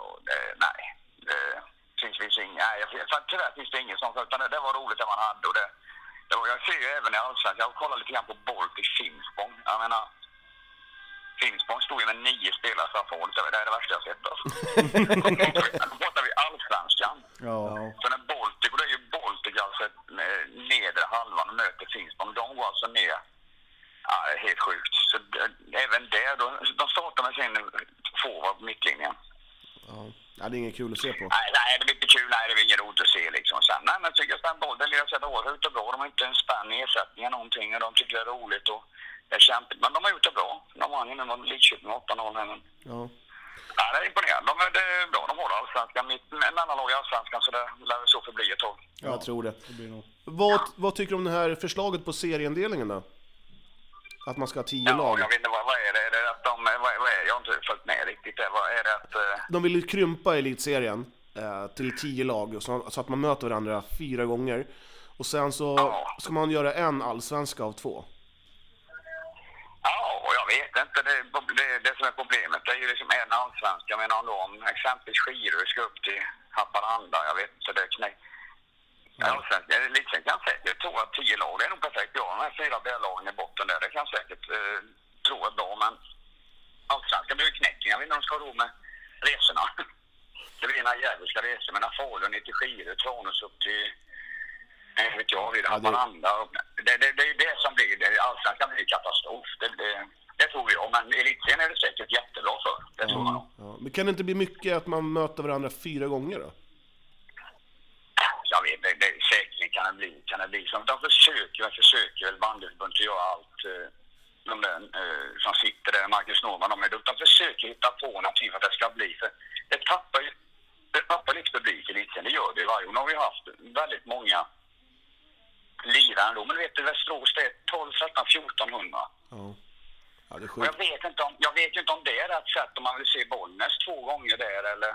Tyvärr finns det ingen sån, utan det var roligt det man hade. Och jag ser ju även i Allsvenskan, jag kollar lite grann på Baltic Finspång. Jag menar, Finspång stod ju med 9 spelare framför målet. Det är det värsta jag sett. Alltså. Då pratar vi Allsvenskan. Ja. Så när Baltic, och det är ju Baltic alltså nedre halvan och möter Finspång. De går alltså ner. Ja, det är helt sjukt. Så även där, de startar med sin forward på mittlinjen. Ja, det är inget kul att se på. Nej, det blir inte kul. Nej, det är inget roligt att se liksom. Sen, nej, men tycker jag att bollen leder sig åt och bra. De har inte en spänn i ersättning eller någonting. Och de tycker det är roligt och det är kämpigt. Men de har gjort det bra. De vann ju nu mot Lidköping med 8-0. Men... Ja. Ja, det är imponerande. Det är bra. De håller Allsvenskan. Mellanlag i Allsvenskan, så det lär så förbli ett tag. Ja, jag tror det. Det blir nog. Vad tycker du om det här förslaget på seriendelningen då? Att man ska ha 10 lag. Jag vet inte, vad är det? Är det att jag har inte följt med riktigt. Vad är det att... De vill ju krympa elitserien till 10 lag så att man möter varandra 4 gånger. Och sen så ska man göra en allsvenska av 2. Ja, jag vet inte. Det som är problemet, det är ju liksom en allsvenska. Men om exempelvis Skirö ska upp till Haparanda, jag vet inte, det knäck. Allsvenska, elitserien kan säkert tro att 10 lag, det är nog perfekt. Ja, de här 4 B-lagen i botten där, det kan säkert tro att bra, men allsvenskan blir ju knäckning. Jag vet inte om de ska ha råd med resorna. Det blir några jävliga resor, men Falun ner till Skirö, Tranås upp till vid Haparanda. Det är ju det som blir, allsvenskan blir katastrof. Det tror jag, men elitserien är det säkert jättebra för. Det tror jag nog. Ja. Men kan det inte bli mycket att man möter varandra 4 gånger då? Jag vet, det säkert kan det bli som de försöker väl bandyförbundet att göra allt. De där som sitter där, Marcus Norman, de försöker hitta på någonting för att det ska bli. För det tappar lite publik i elitserien, det gör det varje år. Nu har vi haft väldigt många lirare då, men vet du, Västerås, det är 12, 13, 1400. Ja, det är sjukt. Och jag vet inte om det är rätt sätt om man vill se Bollnäs 2 gånger där eller...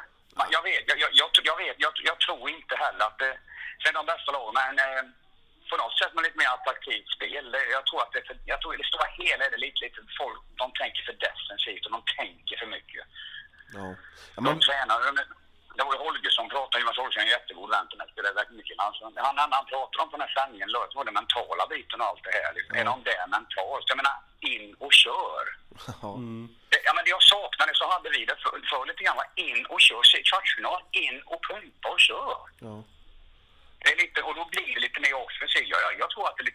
Jag tror inte heller att det är de bästa lagen, men på något sätt med lite mer attraktivt spel. Jag tror att det stora hela är det lite folk, de tänker för defensivt och de tänker för mycket. Ja. De tränar, det var ju Holgersson pratade, Jonas Holgersson är en jättegod vän till mig, det är verkligen mycket. Han pratade om på den här sändningen, var det mentala biten och allt det här. Är de där mentalt? Jag menar, in och kör. Ja, men jag saknade, så hade vi det för lite grann, in och kör, kvartsfinal, in och pumpa och kör. Ja. Det är lite, och då blir det lite mer offensivt. Jag tror att det är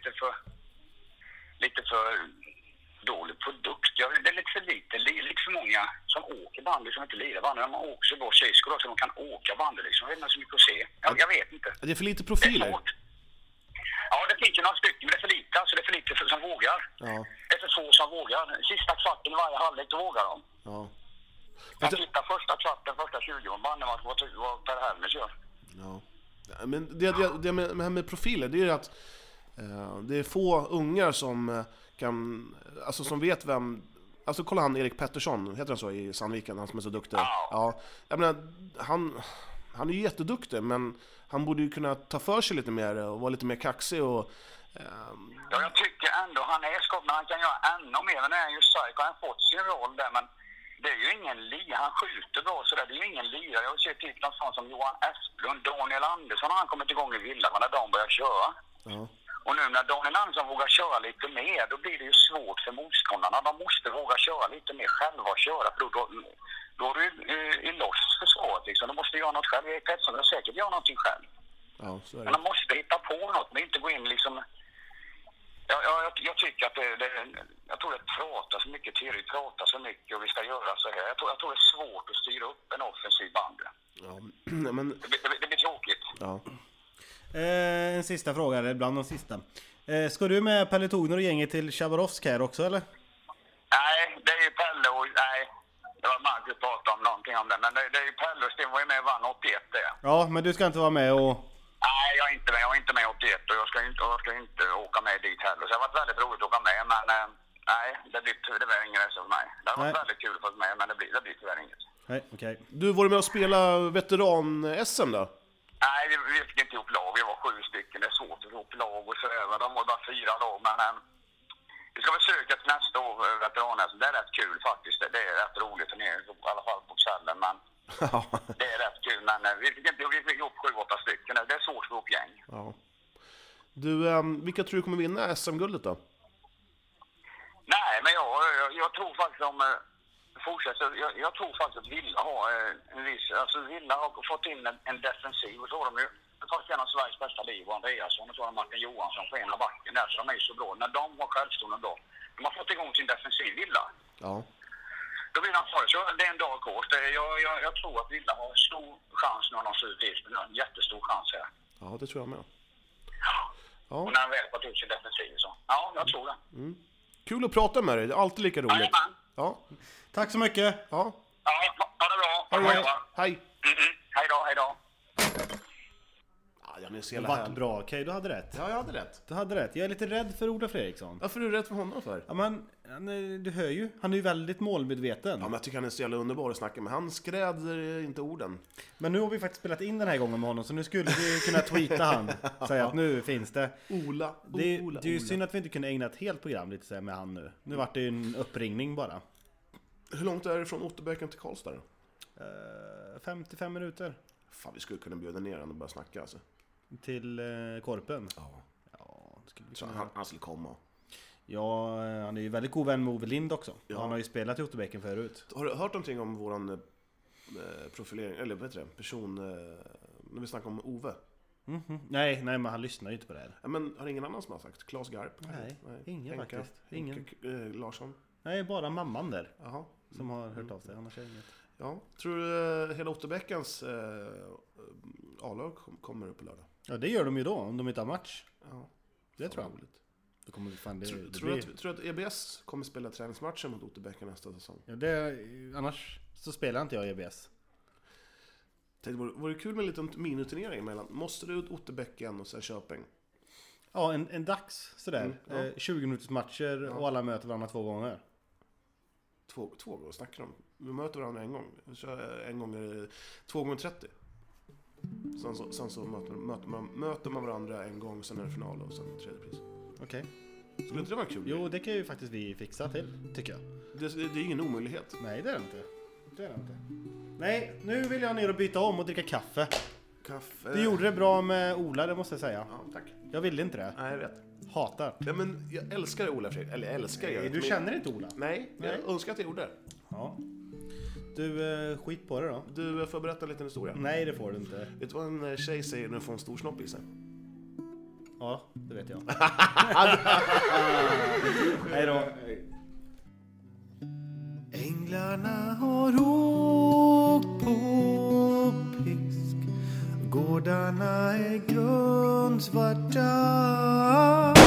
lite för dålig produkt. Det är lite för många som åker bandy som inte lirar bandy. Man åker så bra skridskor så de kan åka bandy liksom. Det är inte så mycket att se. Jag vet inte. Det är för lite profiler. Ja, det finns ju några stycken, men det är för lite. Alltså det är för lite som vågar. Ja. Det är för få som vågar. Sista kvarten i varje halvlek, då vågar de. Ja. Jag tittar första kvarten, första 20 om bandymatch vad Per Helmers gör. Ja. Men det med profiler, det är att det är få ungar som kan, alltså som vet vem, alltså kolla han Erik Pettersson, heter han så i Sandviken, han som är så duktig. Ja. Jag menar, han är ju jätteduktig, men han borde ju kunna ta för sig lite mer och vara lite mer kaxig och... Ja, jag tycker ändå han är skott, men han kan göra ännu mer. Men är ju stark, han har fått sin roll där, men det är ju ingen lirare. Han skjuter bra så där, det är ju ingen lirare. Jag har sett typ någon sån som Johan Esplund, Daniel Andersson, han kommit igång i Villa när de börjar köra. Ja. Och nu när Daniel Andersson vågar köra lite mer, då blir det ju svårt för motståndarna. De måste våga köra lite mer själva och köra, för då är du i loss försvaret liksom. De måste göra något själv. Erik Pettersson vill säkert göra någonting själv. Ja, så är det. Men de måste hitta på något, men inte gå in liksom... Jag tycker att jag tror det pratas mycket, teori pratas så mycket och vi ska göra så här. Jag tror det är svårt att styra upp en offensiv bandy. Ja, men... Det blir tråkigt. Ja. En sista fråga, eller bland de sista. Ska du med Pelle Togner och gänget till Chabarovsk här också, eller? Nej, det är ju Pelle och... Nej, det var Marcus pratade om någonting om det. Men det är ju Pelle och Sten var ju med och vann 81 där. Ja, men du ska inte vara med och... Nej, jag är inte med 81 och jag ska inte åka med dit heller. Så det har varit väldigt roligt att åka med, men nej, det blir ingen resa för mig. Det har varit väldigt kul att få med, men det blir tyvärr inget. Nej, okej. Du, var du med och spela veteran-SM då? Nej, vi fick inte ihop lag. Vi var 7 stycken. Det är svårt att få ihop lag och så över. De var bara 4 lag, men Vi ska försöka till nästa år, veteranen. Det är rätt kul faktiskt. Det är rätt roligt för er, i alla fall på kvällen. Men det är rätt kul. Men vi fick ihop 7-8 stycken. Det är svårt för upp gäng. Ja. Du, vilka tror du kommer vinna SM-guldet då? Nej, men jag tror faktiskt om... Jag tror faktiskt att Villa har en viss... Alltså Villa har fått in en defensiv. Och så har de ju faktiskt en av Sveriges bästa liv, Andreasson, och så har de Martin Johansson på ena backen där. Så de är ju så bra. När de har självstående då. De har fått igång sin defensiv, Villa. Ja. Då blir han för. Så det är en dag kort. Jag tror att Villa har en stor chans när de ser ut i. En jättestor chans här. Ja, det tror jag med. Ja. Och när han väl fått ut sin defensiv så. Ja, jag tror det. Mm. Kul att prata med dig. Det är alltid lika roligt. Jajamän. Ja. Tack så mycket. Ja. Ja, ha det bra. Hej. Hej då. Ja, det vart bra. Okej, du hade rätt. Ja, jag hade rätt. Du hade rätt. Jag är lite rädd för Ola Fredriksson. Varför är du rädd för honom för? Ja, men du hör ju. Han är ju väldigt målmedveten. Ja, men jag tycker han är så jävla underbar att snacka med. Han skräder inte orden. Men nu har vi faktiskt spelat in den här gången med honom, så nu skulle vi kunna tweeta han. Säga att nu finns det. Ola. Det är ju synd att vi inte kunde ägna ett helt program lite så här med han nu. Nu vart det ju en uppringning bara. Hur långt är det från Otterbäcken till Karlstad då? 55 minuter. Fan, vi skulle kunna bjuda ner honom och börja snacka alltså. Till Korpen? Ja. Så han skulle komma. Ja, han är ju väldigt god vän med Ove Lind också. Ja. Han har ju spelat i Otterbäcken förut. Har du hört någonting om våran profilering, eller vad heter det? Person, när vi snackar om Ove? Nej, men han lyssnar ju inte på det här. Ja, men har ingen annan som har sagt? Claes Garp? Nej, ingen Henka, faktiskt. Ingen. Larsson? Nej, bara mamman där. Jaha. Som har hört av sig, annars är inget. Ja, tror du hela Otterbäckens A-lag kommer upp på lördag? Ja, det gör de ju då, om de inte har match. Ja. Det tror jag. Roligt. Det kommer fan Tror du att EBS kommer spela träningsmatchen mot Otterbäcken nästa säsong? Ja, annars så spelar inte jag EBS. Vore det kul med en liten minuturnering mellan Måste du Otterbäcken och så här Köping? Ja, en dags sådär. 20 minuters matcher och alla möter varandra 2 gånger. Två gånger snackar de. Vi möter varandra en gång. En gång är det 2 gånger 30. Sen så möter man varandra en gång, sen är det final och sen tredje pris. Okej. Skulle inte det vara kul? Jo, det kan ju faktiskt vi fixa till, tycker jag. Det är ingen omöjlighet. Nej, det är det inte. Nej, nu vill jag ner och byta om och dricka kaffe. Du gjorde det bra med Ola, det måste jag säga. Ja, tack. Jag ville inte det. Nej, jag vet. Hatar. Ja, men jag älskar Ola Fredrik. Eller älskar jag. Du känner inte Ola? Nej, jag önskar att jag gjorde det. Ja. Du, skit på det då. Du får berätta en liten historia. Nej, det får du inte. Vet du vad en tjej säger när hon får en stor snopp i sig? Ja, det vet jag. Hej då. Änglarna har åkt på pisk. Gårdarna är grundsvarta.